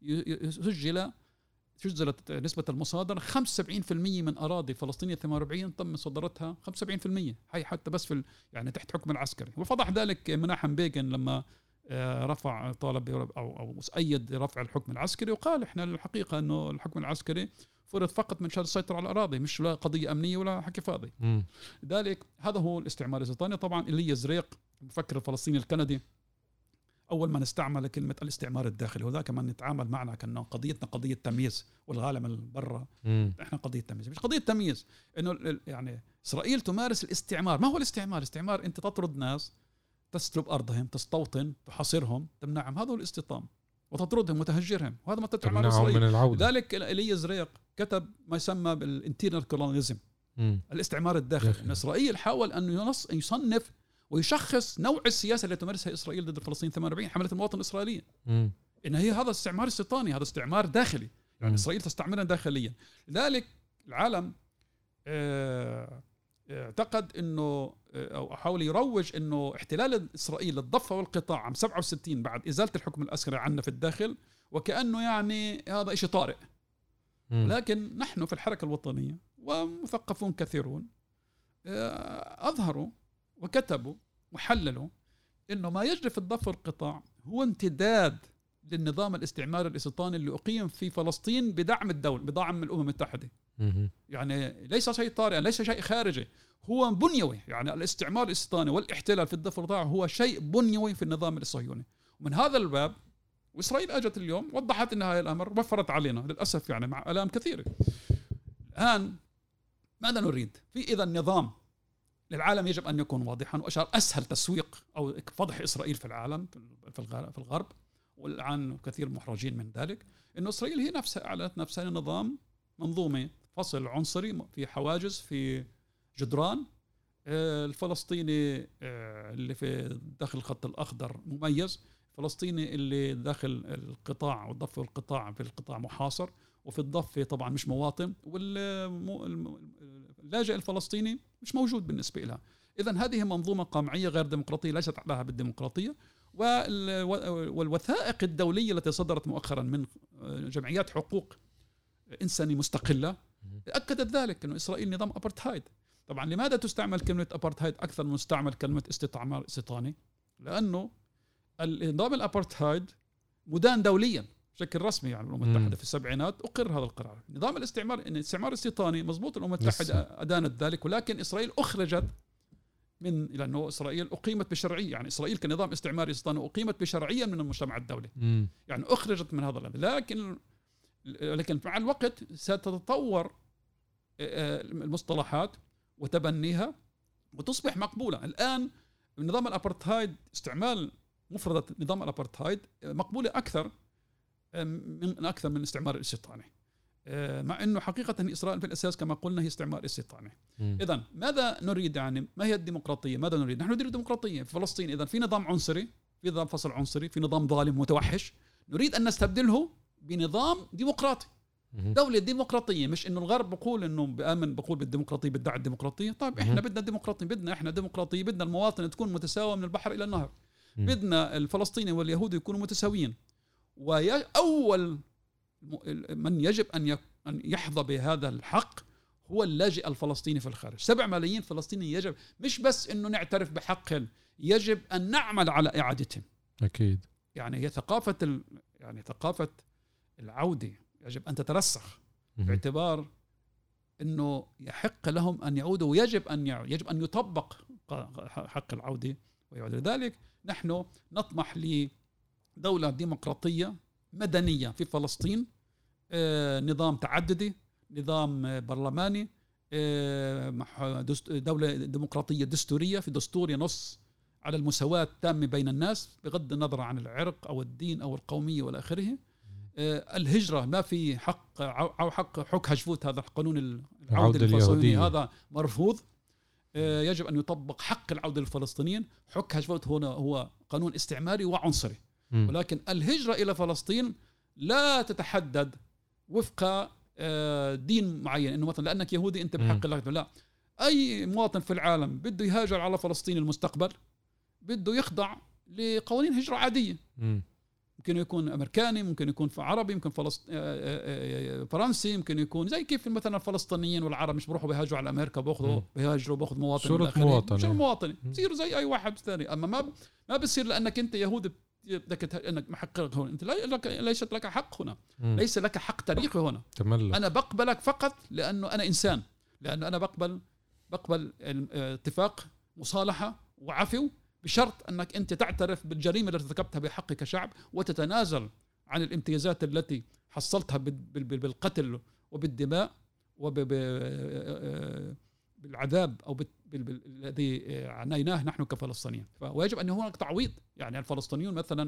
سجلت نسبة المصادرة 75% من أراضي فلسطينية 48 تم مصادرتها 75%، هاي حتى بس في يعني تحت حكم العسكري. وفضح ذلك مناحم بيغن لما رفع طالب أو أيد رفع الحكم العسكري، وقال إحنا الحقيقة أنه الحكم العسكري فرض فقط من شان السيطرة على الأراضي، مش لا قضية أمنية ولا حكي فاضي. لذلك هذا هو الاستعمار البريطاني. طبعا إيليا زريق المفكر الفلسطيني الكندي أول ما نستعمل كلمة الاستعمار الداخلي، وذاك ما نتعامل معنا كأنه قضيتنا قضية تمييز، والعالم البرة إحنا قضية تمييز، مش قضية تمييز. إنه يعني إسرائيل تمارس الاستعمار. ما هو الاستعمار؟ الاستعمار أنت تطرد ناس، تسلب أرضهم، تستوطن، تحاصرهم، تمنعهم، هذا هو الاستيطان، وتطردهم وتهجرهم، وهذا ما تتعمل إسرائيل. لذلك إيليا زريق كتب ما يسمى بالانترنال كولونيزم، الاستعمار الداخلي. إن إسرائيل حاول أن يصنف ويشخص نوع السياسة التي تمارسها إسرائيل ضد فلسطين 48 حملة المواطن الإسرائيلية، إن هي هذا استعمار استيطاني، هذا استعمار داخلي، يعني إسرائيل تستعمرنا داخليا. لذلك العالم اعتقد إنه أو حاول يروج إنه احتلال إسرائيل للضفة والقطاع عام 67 بعد إزالة الحكم العسكري عنا في الداخل، وكأنه يعني هذا إشي طارئ. لكن نحن في الحركة الوطنية ومثقفون كثيرون أظهروا وكتبوا وحللوا إنه ما يجري في الضفة والقطاع هو امتداد للنظام الاستعماري الاستيطاني اللي أقيم في فلسطين بدعم الدولة، بدعم الأمم المتحدة. يعني ليس شيء طارئ، ليس شيء خارجي، هو بنيوي. يعني الاستعمار الاستيطاني والاحتلال في الضفة والقطاع هو شيء بنيوي في النظام الصهيوني. ومن هذا الباب وإسرائيل أجت اليوم وضحت أن هذا الأمر وفرت علينا للأسف، يعني مع آلام كثيرة. الآن ماذا نريد؟ في إذا النظام للعالم يجب أن يكون واضحا، وأشار أسهل تسويق أو فضح إسرائيل في العالم في الغرب، والآن كثير محرجين من ذلك، إنه إسرائيل هي نفسها أعلنت نفسها نظام منظومة فصل عنصري في حواجز في جدران. الفلسطيني اللي في داخل الخط الأخضر مميز، الفلسطيني اللي داخل القطاع والضفة والقطاع في القطاع محاصر، وفي الضفة طبعا مش مواطن، واللاجئ الفلسطيني مش موجود بالنسبة لها. إذن هذه منظومة قمعية غير ديمقراطية ليست عليها بالديمقراطية. والوثائق الدولية التي صدرت مؤخرا من جمعيات حقوق إنساني مستقلة أكدت ذلك، أنه إسرائيل نظام أبارتهايد. طبعا لماذا تستعمل كلمة أبارتهايد أكثر من تستعمل كلمة استعمار استيطاني؟ لأنه النظام الأبارتهايد مدان دوليا بشكل رسمي، يعني الأمم المتحدة في السبعينات أقر هذا القرار. نظام الاستعمار الاستيطاني مضبوط، الأمم المتحدة أدانت ذلك، ولكن إسرائيل أخرجت من، لأنه إسرائيل أقيمت بشرعية، يعني إسرائيل كنظام استعماري استيطاني أقيمت بشرعيا من المجتمع الدولي، يعني أخرجت من هذا. لكن مع الوقت ستتطور المصطلحات وتبنيها وتصبح مقبولة. الآن نظام الأبارتهايد، استعمال مفردة نظام الأبارتهايد مقبولة أكثر من الاستعمار الاستيطاني، مع أنه حقيقة إسرائيل في الأساس كما قلنا هي استعمار استيطاني. إذن ماذا نريد؟ يعني ما هي الديمقراطية؟ ماذا نريد؟ نحن نريد الديمقراطية في فلسطين. إذن في نظام عنصري، في نظام فصل عنصري، في نظام ظالم متوحش، نريد أن نستبدله بنظام ديمقراطي، دولة ديمقراطية. مش إنه الغرب بقول إنه بقول بالديمقراطية، بدعي الديمقراطية. طيب إحنا بدنا الديمقراطية، إحنا ديمقراطية، بدنا المواطن تكون متساوية من البحر إلى النهر، بدنا الفلسطيني واليهودي يكونوا متساويين. وأول من يجب أن يحظى بهذا الحق هو اللاجئ الفلسطيني في الخارج. 7 ملايين فلسطيني، يجب مش بس إنه نعترف بحقهم، يجب أن نعمل على إعادتهم. أكيد. يعني هي ثقافة العودة يجب أن تترسخ، باعتبار أنه يحق لهم أن يعودوا، ويجب أن يطبق حق العودة ويعود. لذلك نحن نطمح لدولة ديمقراطية مدنية في فلسطين، نظام تعددي، نظام برلماني، دولة ديمقراطية دستورية، في دستور ينص على المساواة التامة بين الناس بغض النظر عن العرق أو الدين أو القومية ولا آخره. الهجرة ما في حق أو حق هجفوت، هذا قانون العودة الفلسطينية هذا مرفوض. يجب أن يطبق حق العودة للفلسطينيين. حق هجفوت هنا هو قانون استعماري وعنصري، ولكن الهجرة إلى فلسطين لا تتحدد وفق دين معين، إنه مثلا لأنك يهودي أنت بحق لك. لا، أي مواطن في العالم بده يهاجر على فلسطين المستقبل بده يخضع لقوانين هجرة عادية. ممكن يكون أمريكاني، ممكن يكون عربي، ممكن فرنسي، ممكن يكون زي كيف مثلا الفلسطينيين والعرب مش بيروحوا بيهاجروا على أمريكا، بيهاجروا باخذ مواطن شو مواطن بصير زي أي واحد ثاني. أما ما بصير لأنك أنت يهودي بدك انك محقق هون، انت ليست لك حق هنا، ليس لك حق تاريخي هنا. تملك. انا بقبلك فقط لانه انا انسان، لانه انا بقبل اتفاق مصالحه وعفو، بشرط انك انت تعترف بالجريمه التي ارتكبتها بحقك كشعب، وتتنازل عن الامتيازات التي حصلتها بالقتل وبالدماء وبالعذاب او الذي عنيناه نحن كفلسطينيين. ويجب ان هناك تعويض. يعني الفلسطينيون مثلا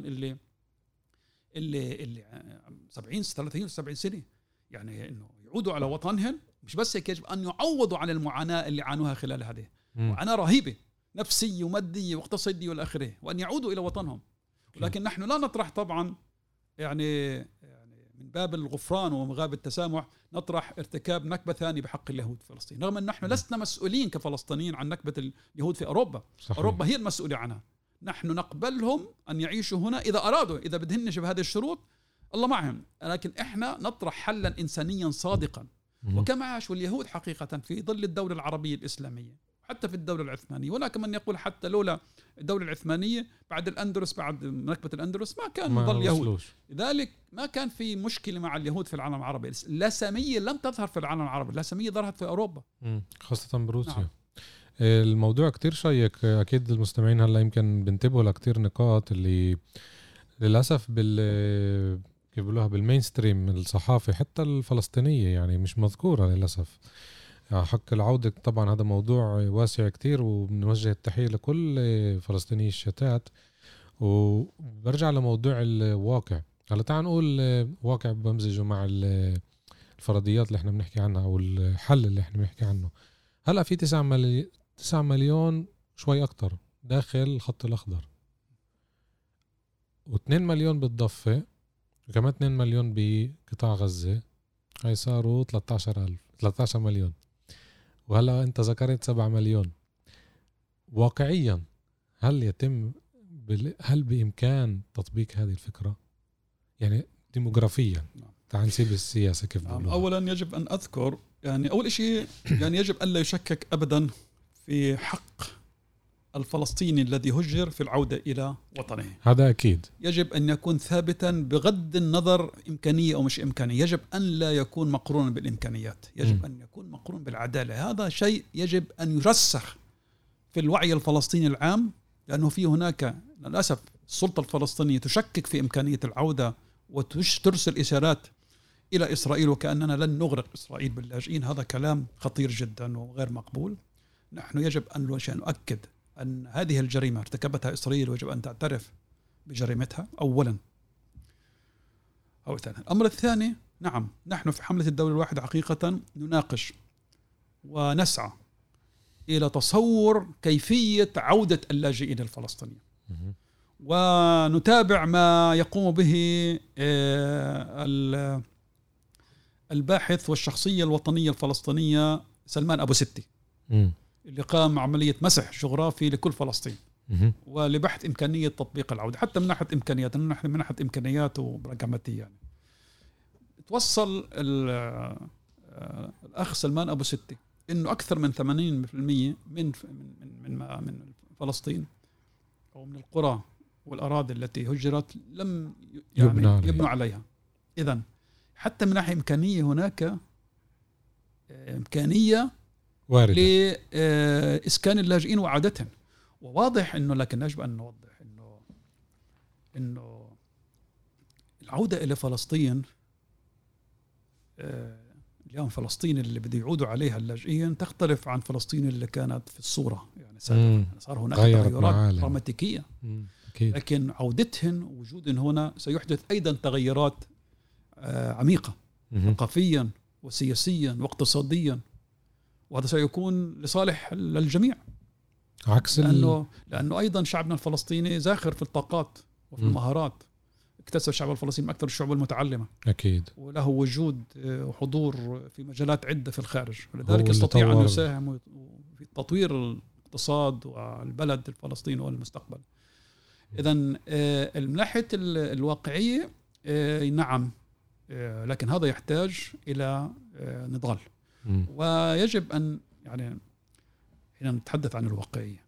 اللي 30 70 سنه، يعني انه يعودوا على وطنهم، مش بس هيك، يجب ان يعوضوا عن المعاناه اللي عانوها خلال هذه معاناه رهيبه نفسيه وماديه واقتصاديه والى اخره، وان يعودوا الى وطنهم. ولكن نحن لا نطرح طبعا يعني من باب الغفران ومن باب التسامح نطرح ارتكاب نكبة ثانية بحق اليهود في فلسطين، رغم أن نحن لسنا مسؤولين كفلسطينيين عن نكبة اليهود في أوروبا. صحيح. أوروبا هي المسؤولة عنها. نحن نقبلهم أن يعيشوا هنا إذا أرادوا، إذا بدهن بهذه الشروط الله معهم، لكن إحنا نطرح حلا إنسانيا صادقا. وكما عاشوا اليهود حقيقة في ظل الدولة العربية الإسلامية، حتى في الدولة العثمانية. وهناك من يقول حتى لولا الدولة العثمانية بعد الأندلس، بعد نكبة الأندلس ما كان ظل يهود. لذلك ما كان في مشكلة مع اليهود في العالم العربي. اللاسامية لم تظهر في العالم العربي، اللاسامية ظهرت في أوروبا خاصة بروسيا. نعم. الموضوع كتير شيق. أكيد المستمعين هلا يمكن بنتبهوا لكتير نقاط اللي للأسف كيف بيقولوها بالمينستريم الصحافي حتى الفلسطينية يعني مش مذكورة للأسف. حق العودة طبعا هذا موضوع واسع كتير، وبنوجه التحية لكل فلسطيني الشتات. وبرجع لموضوع الواقع. هلا تعال نقول واقع بمزجه مع الفرضيات اللي احنا بنحكي عنها او الحل اللي احنا بنحكي عنه. هلا في 9 مليون شوي اكتر داخل الخط الاخضر، و2 مليون بالضفة، وكمان 2 مليون بقطاع غزة. هاي صاروا 13 مليون. وهلا انت ذكرت 7 مليون. واقعيا هل بإمكان تطبيق هذه الفكرة؟ يعني ديموغرافيا. تعال نسيب السياسة كيف بقولوها. أولا يجب أن أذكر يعني أول شيء يعني يجب أن لا يشكك أبدا في حق الفلسطيني الذي هجر في العودة إلى وطنه. هذا أكيد يجب أن يكون ثابتا بغض النظر إمكانية أو مش إمكانية. يجب أن لا يكون مقرونا بالإمكانيات، يجب أن يكون مقرون بالعدالة. هذا شيء يجب أن يرسخ في الوعي الفلسطيني العام، لأنه في هناك للأسف السلطة الفلسطينية تشكك في إمكانية العودة وترسل إشارات إلى إسرائيل وكأننا لن نغرق إسرائيل باللاجئين. هذا كلام خطير جدا وغير مقبول. نحن يجب أن نؤكد أن هذه الجريمة ارتكبتها إسرائيل ويجب أن تعترف بجريمتها أولا أو ثانيا. الأمر الثاني، نعم نحن في حملة الدولة الواحدة حقيقة نناقش ونسعى إلى تصور كيفية عودة اللاجئين الفلسطينيين، ونتابع ما يقوم به الباحث والشخصية الوطنية الفلسطينية سلمان أبو ستي، اللي قام عملية مسح جغرافي لكل فلسطين ولبحث إمكانية تطبيق العودة، حتى من ناحية إمكانيات، من ناحية إمكانيات وبرقماتية. يعني توصل الأخ سلمان أبو ستي إنه أكثر من 80% من فلسطين أو من القرى والأراضي التي هجرت لم يبنوا عليها. إذن حتى من ناحية إمكانية هناك إمكانية لإسكان اللاجئين وعادتهم. وواضح إنه، لكن يجب أن نوضح إنه العودة إلى فلسطين اليوم، فلسطين اللي بده يعودوا عليها اللاجئين تختلف عن فلسطين اللي كانت في الصورة. يعني صار هناك تغيرات دراماتيكية، لكن عودتهن ووجودهن هنا سيحدث أيضا تغيرات عميقة ثقافيا وسياسيا واقتصاديا، وهذا سيكون لصالح للجميع. عكس لأنه أيضا شعبنا الفلسطيني زاخر في الطاقات وفي المهارات. اكتسب الشعب الفلسطيني من أكثر الشعوب المتعلمة أكيد، وله وجود وحضور في مجالات عدة في الخارج، ولذلك يستطيع أن يساهم في تطوير الاقتصاد والبلد الفلسطيني والمستقبل. إذن من ناحية الواقعية نعم، لكن هذا يحتاج إلى نضال. ويجب أن يعني حين نتحدث عن الواقعية،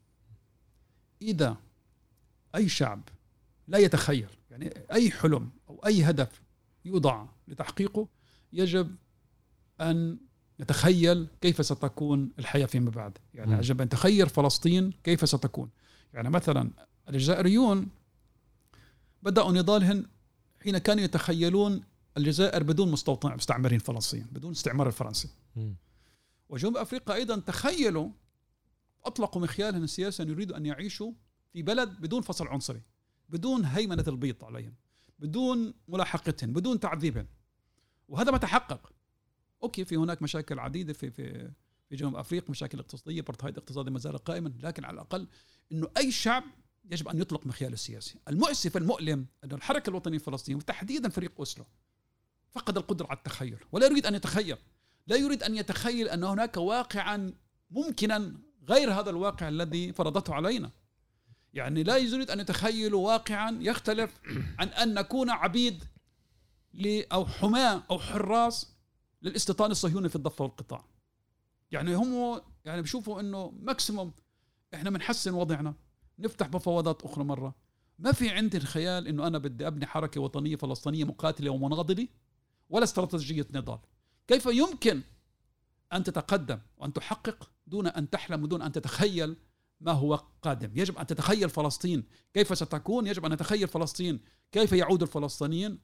إذا أي شعب لا يتخيل يعني أي حلم أو أي هدف يوضع لتحقيقه، يجب أن نتخيل كيف ستكون الحياة فيما بعد. يعني يجب أن نتخيل فلسطين كيف ستكون. يعني مثلا الجزائريون بدأوا نضالهم حين كانوا يتخيلون الجزائر بدون مستعمرين فلسطين، بدون استعمار الفرنسي. وجنوب أفريقيا أيضا تخيلوا، أطلقوا مخيالهم السياسي أن يريدوا أن يعيشوا في بلد بدون فصل عنصري، بدون هيمنة البيض عليهم، بدون ملاحقتهم، بدون تعذيبهم. وهذا ما تحقق. أوكي، في هناك مشاكل عديدة في جنوب أفريقيا، مشاكل اقتصادية، ابارتهايد اقتصادي ما زال قائما، لكن على الأقل إنه أي شعب يجب أن يطلق مخياله السياسي. المؤسف المؤلم أن الحركة الوطنية الفلسطينية وتحديدا فريق أوسلو فقد القدرة على التخيل، ولا يريد أن يتخيل، لا يريد أن يتخيل أن هناك واقعا ممكنا غير هذا الواقع الذي فرضته علينا. يعني لا يريد أن يتخيل واقعا يختلف عن أن نكون عبيد أو حماة أو حراس للاستيطان الصهيوني في الضفة والقطاع. يعني هم يعني بيشوفوا أنه ماكسيموم إحنا بنحسن وضعنا، نفتح مفاوضات أخرى مرة. ما في عندي الخيال أنه أنا بدي أبني حركة وطنية فلسطينية مقاتلة ومناضلة ولا استراتيجية نضال. كيف يمكن أن تتقدم وأن تحقق دون أن تحلم ودون أن تتخيل ما هو قادم؟ يجب أن تتخيل فلسطين كيف ستكون، يجب أن نتخيل فلسطين كيف يعود الفلسطينيين،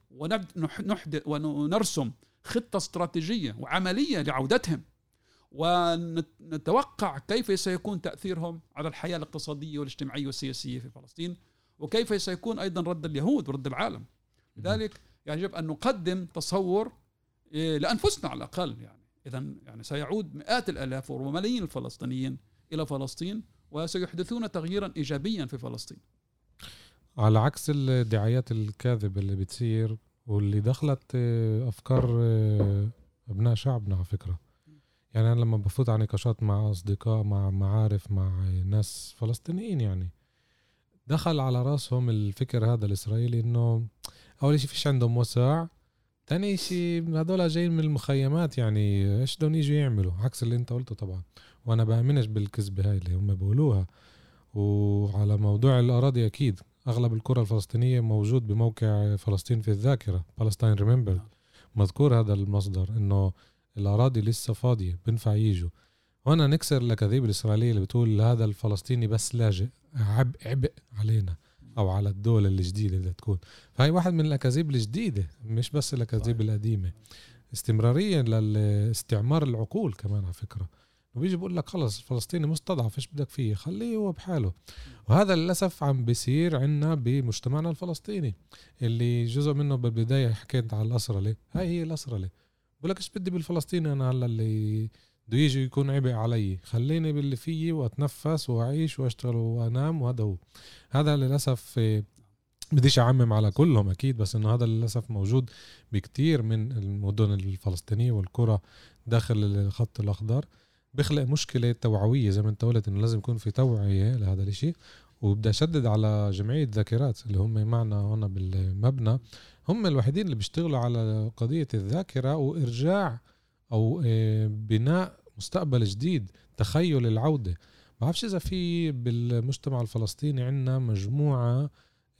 ونرسم خطة استراتيجية وعملية لعودتهم، ونتوقع كيف سيكون تأثيرهم على الحياة الاقتصادية والاجتماعية والسياسية في فلسطين، وكيف سيكون أيضا رد اليهود ورد العالم. لذلك يجب أن نقدم تصور لأنفسنا على الأقل. يعني إذن يعني سيعود مئات الآلاف وملايين الفلسطينيين إلى فلسطين وسيحدثون تغييرا إيجابيا في فلسطين، على عكس الدعايات الكاذبة اللي بتصير واللي دخلت أفكار أبناء شعبنا. على فكرة يعني أنا لما بفوت على نقاشات مع أصدقاء، مع معارف، مع ناس فلسطينيين، يعني دخل على راسهم الفكر هذا الإسرائيلي إنه أول شيء فيش عندهم وسع، تاني شيء هذول جايين من المخيمات، يعني إيش دون يجوا يعملوا عكس اللي أنت قلته طبعا. وأنا بأمنش بالكذبة هاي اللي هم بيقولوها، وعلى موضوع الأراضي أكيد أغلب الكرة الفلسطينية موجود بموقع فلسطين في الذاكرة Palestine Remembered. مذكور هذا المصدر إنه الأراضي لسه فاضية بنفع يجوا. هنا نكسر الأكاذيب الإسرائيلية اللي بتقول هذا الفلسطيني بس لاجئ عبء علينا أو على الدولة الجديدة اللي تكون. فهي واحد من الأكاذيب الجديدة مش بس الأكاذيب القديمة، استمراريا للاستعمار العقول كمان على فكرة. وبيجي بقول لك خلص الفلسطيني مستضعف ايش بدك فيه، خليه هو بحاله. وهذا للأسف عم بيصير عنا بمجتمعنا الفلسطيني اللي جزء منه بالبداية حكيت على الأسرلة. هاي الأسرلة بقول لك ايش بدي بالفلسطيني أنا هلا اللي بده يجي يكون عبء علي، خليني باللي فيي وأتنفس وأعيش وأشتغل وأنام. وهذا هو. هذا للأسف بديش أعمم على كلهم أكيد، بس إنه هذا للأسف موجود بكتير من المدن الفلسطينية والقرى داخل الخط الأخضر. بيخلق مشكلة توعوية زي ما انت قلت إنه لازم يكون في توعية لهذا الاشي. وبدأ أشدد على جمعية ذاكرات اللي هم معنا هنا بالمبنى، هم الوحيدين اللي بيشتغلوا على قضية الذاكرة وإرجاع أو بناء مستقبل جديد، تخيل العودة. ما بعرفش إذا في بالمجتمع الفلسطيني عنا مجموعة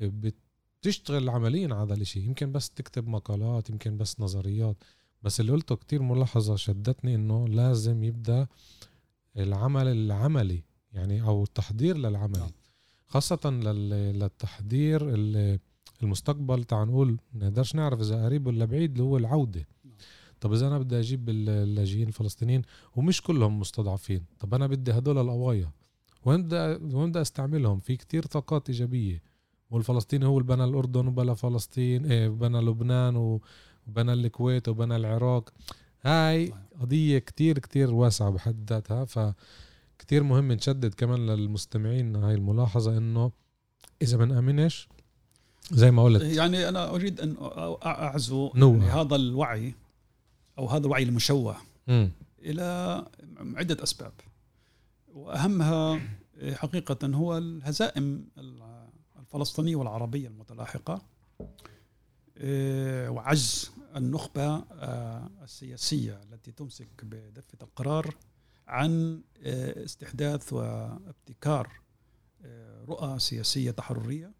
بتشتغل عمليا على هذا الاشي، يمكن بس تكتب مقالات، يمكن بس نظريات. بس اللي قلته كتير ملاحظة شدتني إنه لازم يبدأ العمل العملي يعني أو التحضير للعمل، خاصة للتحضير المستقبل. تعال نقول نقدرش نعرف إذا قريب ولا بعيد اللي هو العودة. طب إذا أنا بدي أجيب اللاجئين الفلسطينيين ومش كلهم مستضعفين، طب أنا بدي هدول القوايا وين بدي أستعملهم؟ في كتير طاقات إيجابية. والفلسطيني هو اللي بنى الأردن وبنى فلسطين، بنى لبنان وبنى الكويت وبنى العراق. هاي قضية كتير واسعة بحد ذاتها. فكتير مهم نشدد كمان للمستمعين هاي الملاحظة إنه إذا ما نأمنش زي ما قلت. يعني أنا أريد أن أعزو هذا الوعي أو هذا الوعي المشوه إلى عدة أسباب، وأهمها حقيقة هو الهزائم الفلسطينية والعربية المتلاحقة وعجز النخبة السياسية التي تمسك بدفة القرار عن استحداث وابتكار رؤى سياسية تحررية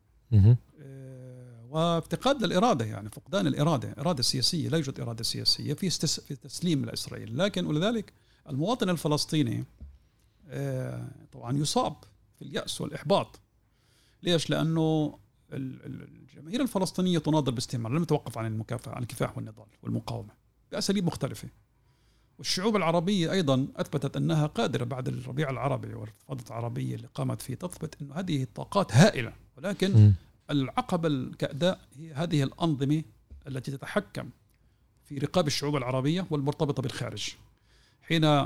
وافتقاد للإرادة، يعني فقدان إرادة سياسية. لا يوجد إرادة سياسية في تسليم لإسرائيل. لكن ولذلك المواطن الفلسطيني طبعا يصاب في اليأس والإحباط. ليش؟ لأنه الجماهير الفلسطينية تناضل باستمرار، لم تتوقف عن المكافحة، عن الكفاح والنضال والمقاومة بأساليب مختلفة. والشعوب العربية أيضا أثبتت أنها قادرة بعد الربيع العربي والانتفاضة العربية اللي قامت فيه، تثبت أن هذه طاقات هائلة. ولكن العقبة الكأداء هي هذه الأنظمة التي تتحكم في رقاب الشعوب العربية والمرتبطة بالخارج. حين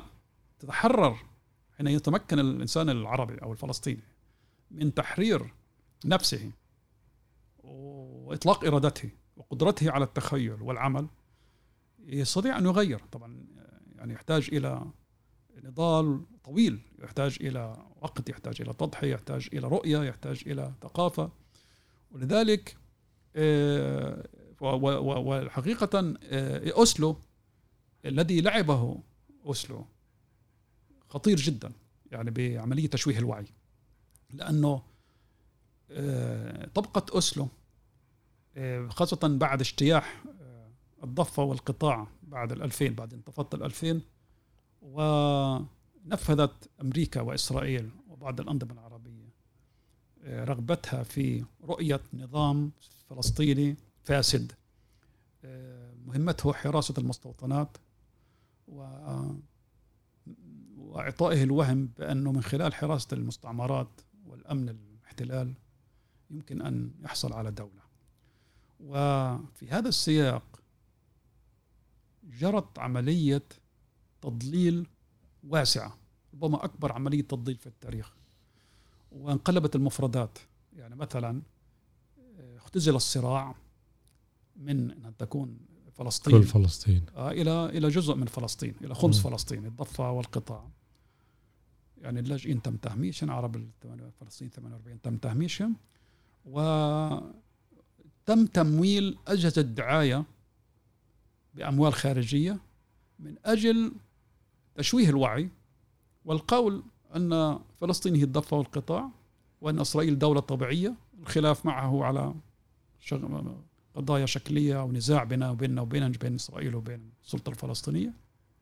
يتمكن الإنسان العربي أو الفلسطيني من تحرير نفسه وإطلاق إرادته وقدرته على التخيل والعمل، يستطيع أن يغير. طبعا يعني يحتاج إلى نضال طويل، يحتاج إلى وقت، يحتاج إلى تضحية، يحتاج إلى رؤية، يحتاج إلى ثقافة. ولذلك وحقيقة أوسلو الذي لعبه أوسلو خطير جدا يعني بعملية تشويه الوعي، لأنه طبقة أوسلو خاصة بعد اجتياح الضفة والقطاع بعد 2000، بعد انتفاضة 2000، ونفذت أمريكا وإسرائيل وبعض الأنظمة العربية رغبتها في رؤية نظام فلسطيني فاسد مهمته حراسة المستوطنات وإعطائه الوهم بأنه من خلال حراسة المستعمرات والأمن الاحتلال يمكن أن يحصل على دولة. وفي هذا السياق جرت عملية تضليل واسعة، ربما أكبر عملية تضليل في التاريخ، وانقلبت المفردات. يعني مثلا اختزل الصراع من أن تكون فلسطين كل فلسطين إلى جزء من فلسطين، إلى خمس فلسطين، الضفة والقطاع. يعني اللاجئين تم تهميشهم، عرب فلسطين 48 تم تهميشهم، وتم تمويل أجهزة الدعاية بأموال خارجية من أجل تشويه الوعي والقول أن فلسطين هي الضفة والقطاع وأن إسرائيل دولة طبيعية. الخلاف معه على قضايا شكلية أو نزاع بين إسرائيل وبين السلطة الفلسطينية،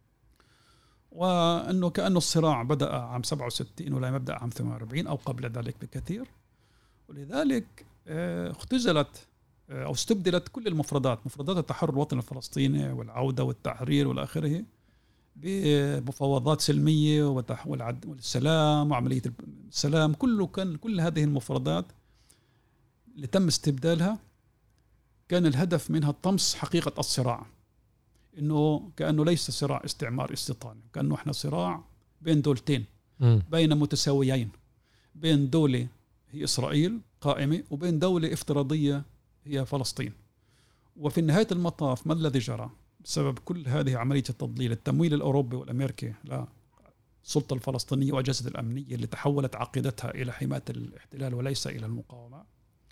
وأنه كأنه الصراع بدأ عام 67 ولا يبدأ عام 48 أو قبل ذلك بكثير. ولذلك اختزلت أو استبدلت كل مفردات التحرر الوطني الفلسطيني والعودة والتحرير والآخره بمفاوضات سلمية والسلام وعملية السلام. كل هذه المفردات اللي تم استبدالها كان الهدف منها طمس حقيقة الصراع، إنه كأنه ليس صراع استعمار استيطاني، كأنه إحنا صراع بين دولتين بين متساويين، بين دولة هي إسرائيل قائمة وبين دولة افتراضية هي فلسطين. وفي نهاية المطاف ما الذي جرى بسبب كل هذه عملية التضليل، التمويل الأوروبي والأمريكي للسلطة الفلسطينية وأجهزة الأمنية اللي تحولت عقيدتها إلى حماية الاحتلال وليس إلى المقاومة،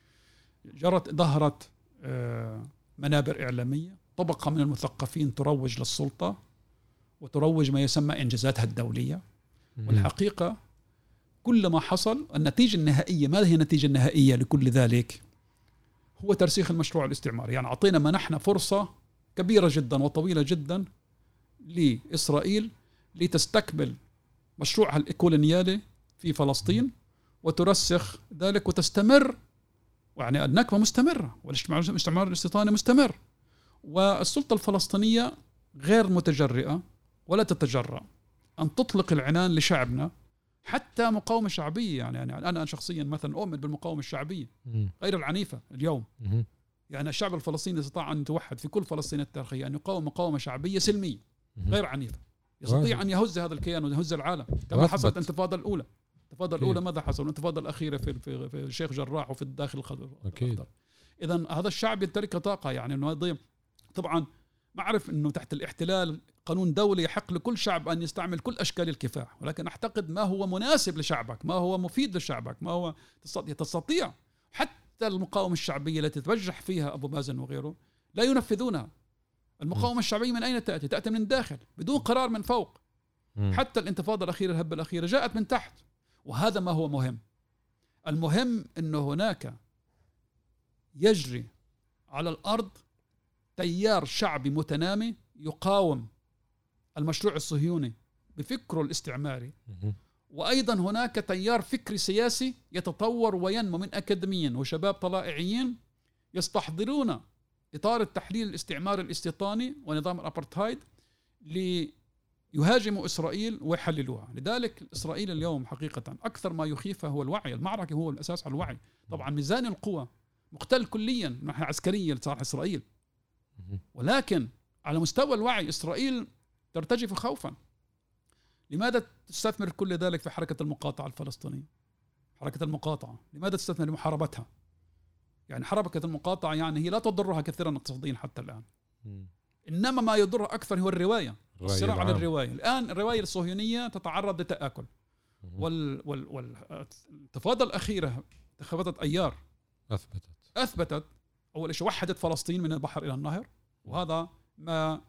ظهرت منابر إعلامية، طبقة من المثقفين تروج للسلطة وتروج ما يسمى إنجازاتها الدولية. والحقيقة كل ما حصل النتيجة النهائية، ما هي النتيجة النهائية لكل ذلك؟ هو ترسيخ المشروع الاستعماري. يعني أعطينا منحنا فرصة كبيرة جدا وطويلة جدا لإسرائيل لتستكمل مشروعها الكولونيالي في فلسطين وترسخ ذلك وتستمر. يعني النكبة مستمرة والاستعمار الاستيطاني مستمر، والسلطة الفلسطينية غير متجرئة ولا تتجرأ أن تطلق العنان لشعبنا حتى مقاومة شعبية. يعني أنا شخصيا مثلا أؤمن بالمقاومة الشعبية غير العنيفة اليوم. يعني الشعب الفلسطيني استطاع أن يتوحد في كل فلسطين التاريخية، أن يقاوم مقاومة شعبية سلمية غير عنيفة، يستطيع أن يهز هذا الكيان ويهز العالم كما حصلت الانتفاضة الأولى. الانتفاضة الأولى ماذا حصل؟ الانتفاضة الأخيرة في الشيخ جراح وفي الداخل الأخضر. إذن هذا الشعب يمتلك طاقة. يعني إنه طبعا ما أعرف إنه تحت الاحتلال قانون دولي يحق لكل شعب أن يستعمل كل أشكال الكفاح، ولكن أعتقد ما هو مناسب لشعبك، ما هو مفيد لشعبك، ما هو تستطيع. حتى المقاومة الشعبية التي تتبجح فيها أبو مازن وغيره لا ينفذونها. المقاومة الشعبية من أين تأتي؟ تأتي من الداخل بدون قرار من فوق. حتى الانتفاضة الأخيرة، الهبة الأخيرة جاءت من تحت. وهذا ما هو مهم. المهم أنه هناك يجري على الأرض تيار شعبي متنامي يقاوم المشروع الصهيوني بفكره الاستعماري، وأيضا هناك تيار فكري سياسي يتطور وينمو من أكاديميين وشباب طلائعيين يستحضرون إطار التحليل الاستعماري الاستيطاني ونظام الأبرتهايد ليهاجموا إسرائيل ويحللوها. لذلك إسرائيل اليوم حقيقة أكثر ما يخيفه هو الوعي. المعركة هو الأساس على الوعي. طبعا ميزان القوى مختل كليا من ناحية عسكرية لصالح إسرائيل، ولكن على مستوى الوعي إسرائيل ترتجف خوفا. لماذا تستثمر كل ذلك في حركة المقاطعة الفلسطينية؟ حركة المقاطعة لماذا تستثمر لمحاربتها؟ يعني حركة المقاطعة يعني هي لا تضرها كثيرا اقتصاديا حتى الآن، إنما ما يضرها أكثر هو الرواية، الصراع على الرواية. الآن الرواية الصهيونية تتعرض لتآكل، والانتفاضة الأخيرة انتخابات أيار أثبتت أول شيء وحدت فلسطين من البحر إلى النهر، وهذا ما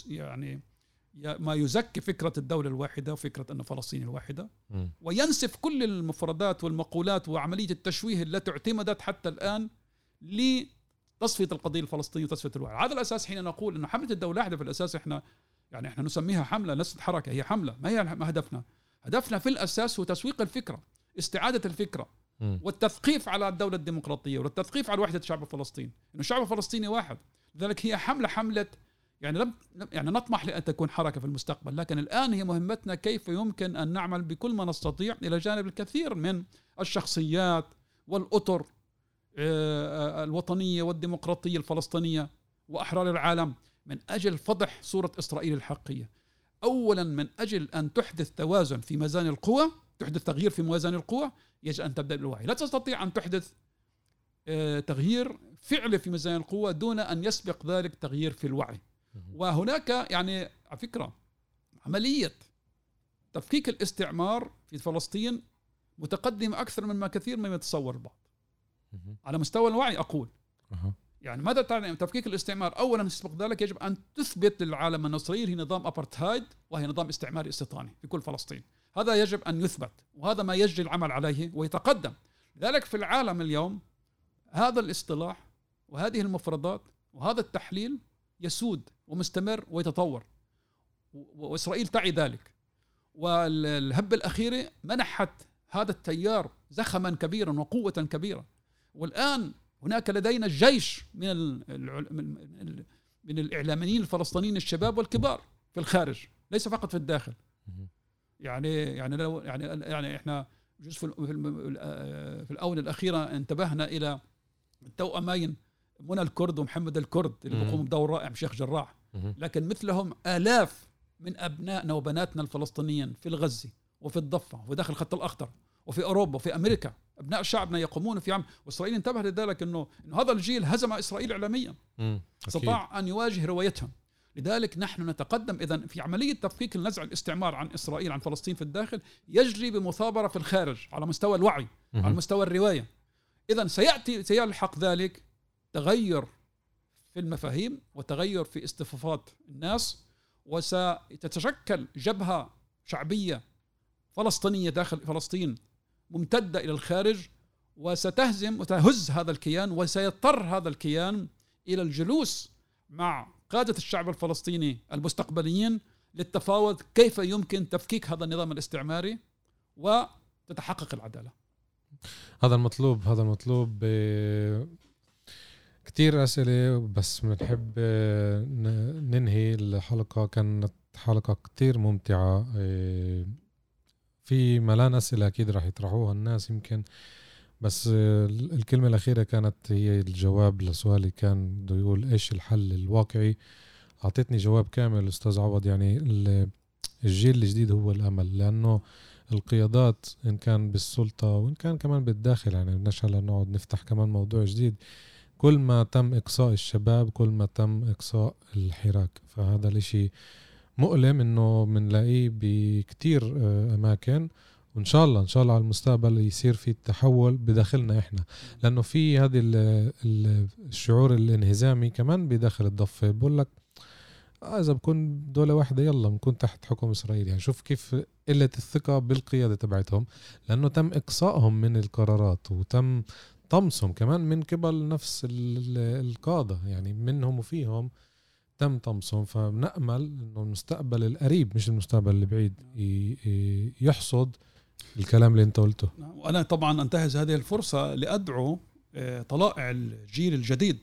يزكي فكرة الدولة الواحدة وفكرة أن فلسطين الواحدة، وينسف كل المفردات والمقولات وعملية التشويه التي اعتمدت حتى الآن لتصفية القضية الفلسطينية وتصفية الوعي. هذا الأساس حين نقول أن حملة الدولة الواحدة في الأساس إحنا نسميها حملة ليست حركة، هي حملة. ما هي هدفنا في الأساس هو تسويق الفكرة، استعادة الفكرة والتثقيف على الدولة الديمقراطية والتثقيف على وحدة الشعب الفلسطيني، إنه الشعب الفلسطيني واحد. لذلك هي حملة يعني نطمح لأن تكون حركة في المستقبل، لكن الآن هي مهمتنا كيف يمكن أن نعمل بكل ما نستطيع إلى جانب الكثير من الشخصيات والأطر الوطنية والديمقراطية الفلسطينية وأحرار العالم من أجل فضح صورة إسرائيل الحقيقية. أولا من أجل أن تحدث توازن في ميزان القوى، تحدث تغيير في موازين القوى، يجب أن تبدأ بالوعي. لا تستطيع أن تحدث تغيير فعلي في ميزان القوى دون أن يسبق ذلك تغيير في الوعي. وهناك يعني على فكرة عملية تفكيك الاستعمار في فلسطين متقدمة أكثر مما كثير مما يتصور البعض على مستوى الوعي. أقول يعني ماذا تعني تفكيك الاستعمار؟ أولا يسبق ذلك يجب أن تثبت للعالم أن إسرائيل هي نظام أبرتهايد وهي نظام استعماري استيطاني في كل فلسطين. هذا يجب أن يثبت، وهذا ما يجري العمل عليه ويتقدم. لذلك في العالم اليوم هذا الاصطلاح وهذه المفردات وهذا التحليل يسود ومستمر ويتطور، وإسرائيل تعي ذلك. والهبة الأخيرة منحت هذا التيار زخما كبيرا وقوة كبيرة، والآن هناك لدينا الجيش من الإعلاميين الفلسطينيين الشباب والكبار في الخارج، ليس فقط في الداخل. يعني احنا في الآونة الأخيرة انتبهنا إلى التوأمين منى الكرد ومحمد الكرد اللي بيقوموا بدور رائع بشيخ جراح، لكن مثلهم آلاف من أبنائنا وبناتنا الفلسطينيين في الغزة وفي الضفة وفي داخل الخط الأخضر وفي أوروبا وفي أمريكا، أبناء شعبنا يقومون في عمل. وإسرائيل انتبه لذلك إنه هذا الجيل هزم إسرائيل إعلاميا، استطاع أن يواجه روايتهم. لذلك نحن نتقدم إذن في عملية تفكيك النزع الاستعمار عن إسرائيل عن فلسطين في الداخل، يجري بمثابرة في الخارج على مستوى الوعي، على مستوى الرواية. إذن سيلحق ذلك تغير في المفاهيم وتغير في اصطفافات الناس، وستتشكل جبهة شعبية فلسطينية داخل فلسطين ممتدة إلى الخارج، وستهزم وتهز هذا الكيان، وسيضطر هذا الكيان إلى الجلوس مع قادة الشعب الفلسطيني المستقبليين للتفاوض كيف يمكن تفكيك هذا النظام الاستعماري وتتحقق العدالة. هذا المطلوب. كتير أسئلة، بس بنحب ننهي الحلقة. كانت حلقة كتير ممتعة، في ملان أسئلة أكيد راح يطرحوها الناس يمكن، بس الكلمة الأخيرة كانت هي الجواب لسؤالي، كان بده يقول إيش الحل الواقعي. أعطيتني جواب كامل أستاذ عوض. يعني الجيل الجديد هو الأمل، لأنه القيادات إن كان بالسلطة وإن كان كمان بالداخل، يعني بدناش هلا نقعد نفتح كمان موضوع جديد، كل ما تم إقصاء الشباب كل ما تم إقصاء الحراك. فهذا الاشي مؤلم إنه منلاقيه بكتير أماكن، وإن شاء الله على المستقبل يصير في تحول بداخلنا إحنا، لأنه في هذه الشعور الانهزامي كمان بداخل الضفة. بقول لك إذا بكون دولة واحدة يلا بنكون تحت حكم إسرائيل. يعني شوف كيف قلة الثقة بالقيادة تبعتهم، لأنه تم إقصائهم من القرارات وتم طمسهم كمان من قبل نفس القادة، يعني منهم وفيهم تم طمسهم. فبنأمل إنه المستقبل القريب مش المستقبل البعيد يحصد الكلام اللي انت قلته. وأنا طبعا أنتهز هذه الفرصة لأدعو طلائع الجيل الجديد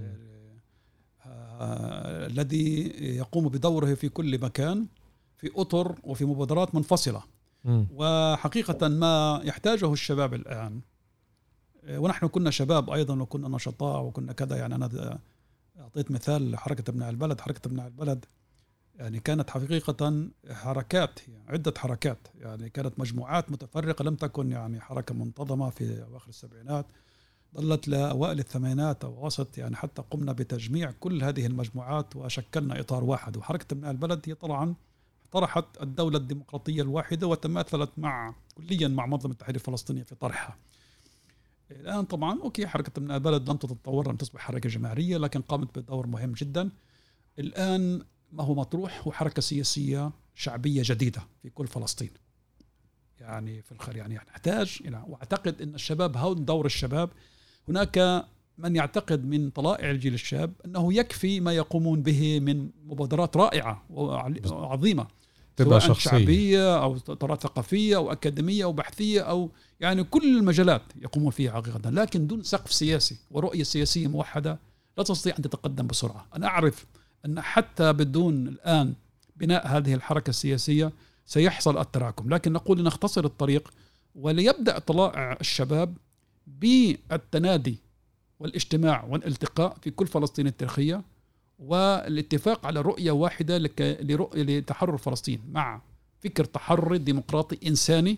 الذي يقوم بدوره في كل مكان، في أطر وفي مبادرات منفصلة. وحقيقة ما يحتاجه الشباب الآن، ونحن كنا شباب أيضا وكنا نشطاء وكنا كذا. يعني أنا أعطيت مثال حركة ابناء البلد. حركة ابناء البلد يعني كانت حقيقة حركات، عدة حركات، يعني كانت مجموعات متفرقة، لم تكن يعني حركة منتظمة في أواخر السبعينات، ظلت لأوائل الثمانينات أو وسط، يعني حتى قمنا بتجميع كل هذه المجموعات وشكلنا إطار واحد. وحركة ابناء البلد هي طبعا طرحت الدولة الديمقراطية الواحدة وتماثلت كليا مع منظمة التحرير الفلسطينية في طرحها. الآن طبعا حركة ابناء البلد لم تتطور، لم تصبح حركة جماهيرية، لكن قامت بدور مهم جدا. الآن ما هو مطروح هو حركة سياسية شعبية جديدة في كل فلسطين، يعني في الخارج. يعني نحتاج وأعتقد أن الشباب، هون دور الشباب. هناك من يعتقد من طلائع الجيل الشاب أنه يكفي ما يقومون به من مبادرات رائعة وعظيمة، سواء شعبية أو إطارات ثقافية أو أكاديمية أو بحثية، أو يعني كل المجالات يقومون فيها حقيقة، لكن دون سقف سياسي ورؤية سياسية موحدة لا تستطيع أن تتقدم بسرعة. أنا أعرف أن حتى بدون الآن بناء هذه الحركة السياسية سيحصل التراكم، لكن نقول نختصر الطريق وليبدأ طلائع الشباب بالتنادي والاجتماع والالتقاء في كل فلسطين التاريخية، والاتفاق على رؤية واحدة لتحرر فلسطين مع فكر تحرري ديمقراطي إنساني،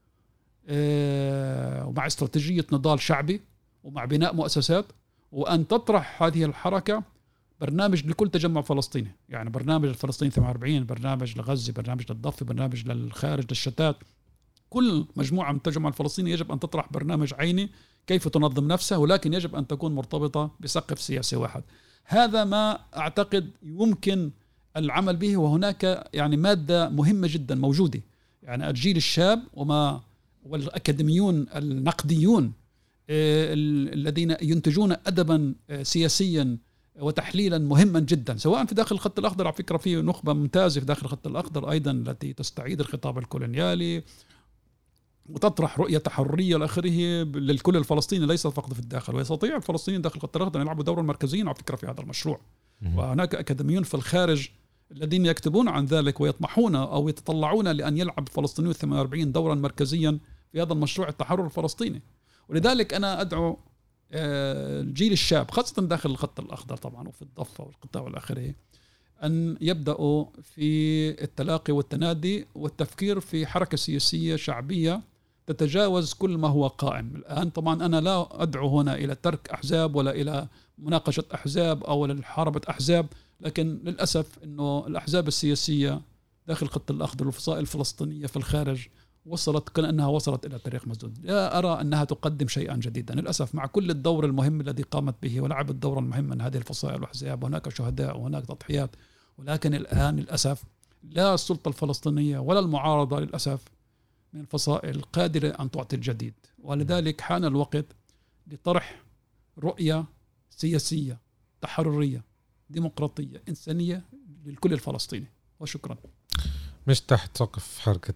ومع استراتيجية نضال شعبي، ومع بناء مؤسسات، وأن تطرح هذه الحركة برنامج لكل تجمع فلسطيني، يعني برنامج الفلسطيني 48، برنامج لغزة، برنامج للضفة، برنامج للخارج، للشتات. كل مجموعة من التجمع الفلسطيني يجب أن تطرح برنامج عيني كيف تنظم نفسها، ولكن يجب أن تكون مرتبطة بسقف سياسي واحد. هذا ما أعتقد يمكن العمل به. وهناك يعني مادة مهمة جدا موجودة، يعني الجيل الشاب والأكاديميون النقديون الذين ينتجون أدبا سياسيا وتحليلا مهما جدا، سواء في داخل الخط الأخضر. على فكرة في نخبة ممتازة في داخل الخط الأخضر أيضا التي تستعيد الخطاب الكولونيالي وتطرح رؤية تحررية لآخره للكل الفلسطيني ليس فقط في الداخل، ويستطيع الفلسطينيين داخل الخط الأخضر أن يلعبوا دورا مركزيا على فكرة في هذا المشروع. وهناك أكاديميون في الخارج الذين يكتبون عن ذلك ويطمحون أو يتطلعون لأن يلعب الفلسطينيون 48 دورا مركزيا في هذا المشروع التحرر الفلسطيني. ولذلك أنا أدعو الجيل الشاب خاصة داخل الخط الأخضر طبعا وفي الضفة والقطاع والآخره أن يبدأوا في التلاقي والتنادي والتفكير في حركة سياسية شعبية تتجاوز كل ما هو قائم الآن. طبعا أنا لا أدعو هنا إلى ترك أحزاب ولا إلى مناقشة أحزاب أو لحربة أحزاب، لكن للأسف أنه الأحزاب السياسية داخل الخط الأخضر والفصائل الفلسطينية في الخارج وصلت كأنها وصلت إلى تاريخ مسدود. لا أرى أنها تقدم شيئا جديدا للأسف، مع كل الدور المهم الذي قامت به ولعب الدور المهم من هذه الفصائل والأحزاب، وهناك شهداء وهناك تضحيات، ولكن الآن للأسف لا السلطة الفلسطينية ولا المعارضة للأسف من الفصائل قادرة أن تعطي الجديد. ولذلك حان الوقت لطرح رؤية سياسية تحررية ديمقراطية إنسانية للكل الفلسطيني. وشكرا. مش تحت سقف حركة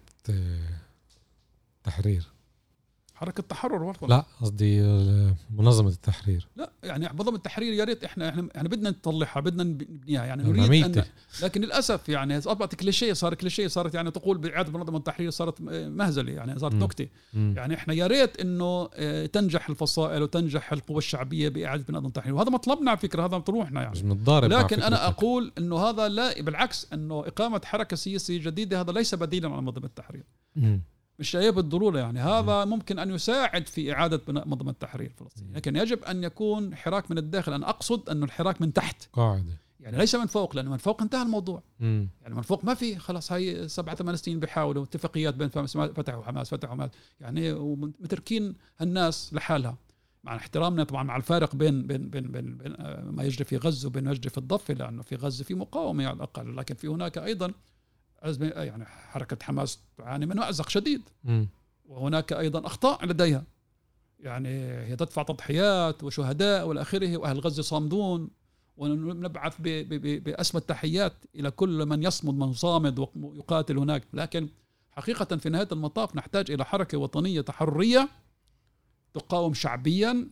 تحرير، حركة تحرر لا قصدي منظمة التحرير. لا يعني منظمة التحرير يا ريت احنا بدنا نطلعها بدنا نبنيها يعني نريد أن، لكن للأسف يعني أصبحت كليشيه، صارت يعني تقول بإعادة منظمة التحرير صارت مهزلة يعني صارت نكتة. يعني احنا يا ريت إنه تنجح الفصائل وتنجح القوى الشعبية بإعادة منظمة التحرير، وهذا مطلبنا على فكرة، هذا طروحنا يعني. لكن أنا أقول إنه هذا لا، بالعكس إنه إقامة حركة سياسية جديدة هذا ليس بديلا عن منظمة التحرير. مش شيء بالضرورة يعني، هذا ممكن أن يساعد في إعادة بناء منظمة التحرير الفلسطيني، لكن يجب أن يكون حراك من الداخل. أنا أقصد أن الحراك من تحت قاعدة، يعني ليس من فوق، لأنه من فوق انتهى الموضوع. يعني من فوق ما في، خلاص هاي 7-8 سنين بيحاولوا اتفاقيات بين فتحوا حماس يعني ومتركين الناس لحالها، مع احترامنا طبعا مع الفارق بين ما يجري في غزة وبين ما يجري في الضفة، لأنه في غزة في مقاومة على الأقل، لكن في هناك أيضا أزمة، يعني حركة حماس تعاني من مأزق شديد، وهناك أيضا أخطاء لديها، يعني هي تدفع تضحيات وشهداء والآخره، وأهل غزة صامدون، ونبعث بأسمى التحيات إلى كل من يصمد، من صامد ويقاتل هناك. لكن حقيقة في نهاية المطاف نحتاج إلى حركة وطنية تحررية تقاوم شعبيا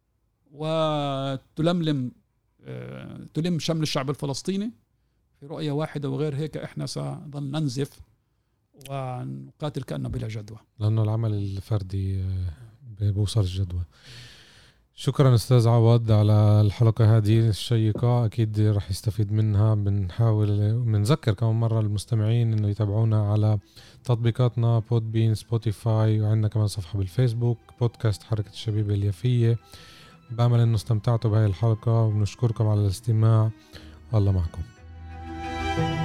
وتلم شمل الشعب الفلسطيني في رؤية واحدة، وغير هيك إحنا سنظل ننزف ونقاتل كأنه بلا جدوى، لأنه العمل الفردي بوصل الجدوى. شكرا أستاذ عوض على الحلقة هذه الشيقة، أكيد رح يستفيد منها. بنذكر كمان مرة المستمعين إنه يتابعونا على تطبيقاتنا بودبين، سبوتيفاي، وعندنا كمان صفحة بالفيسبوك بودكاست حركة الشبيبة اليافية. بأمل إنه استمتعتوا بهاي الحلقة، وبنشكركم على الاستماع. الله معكم.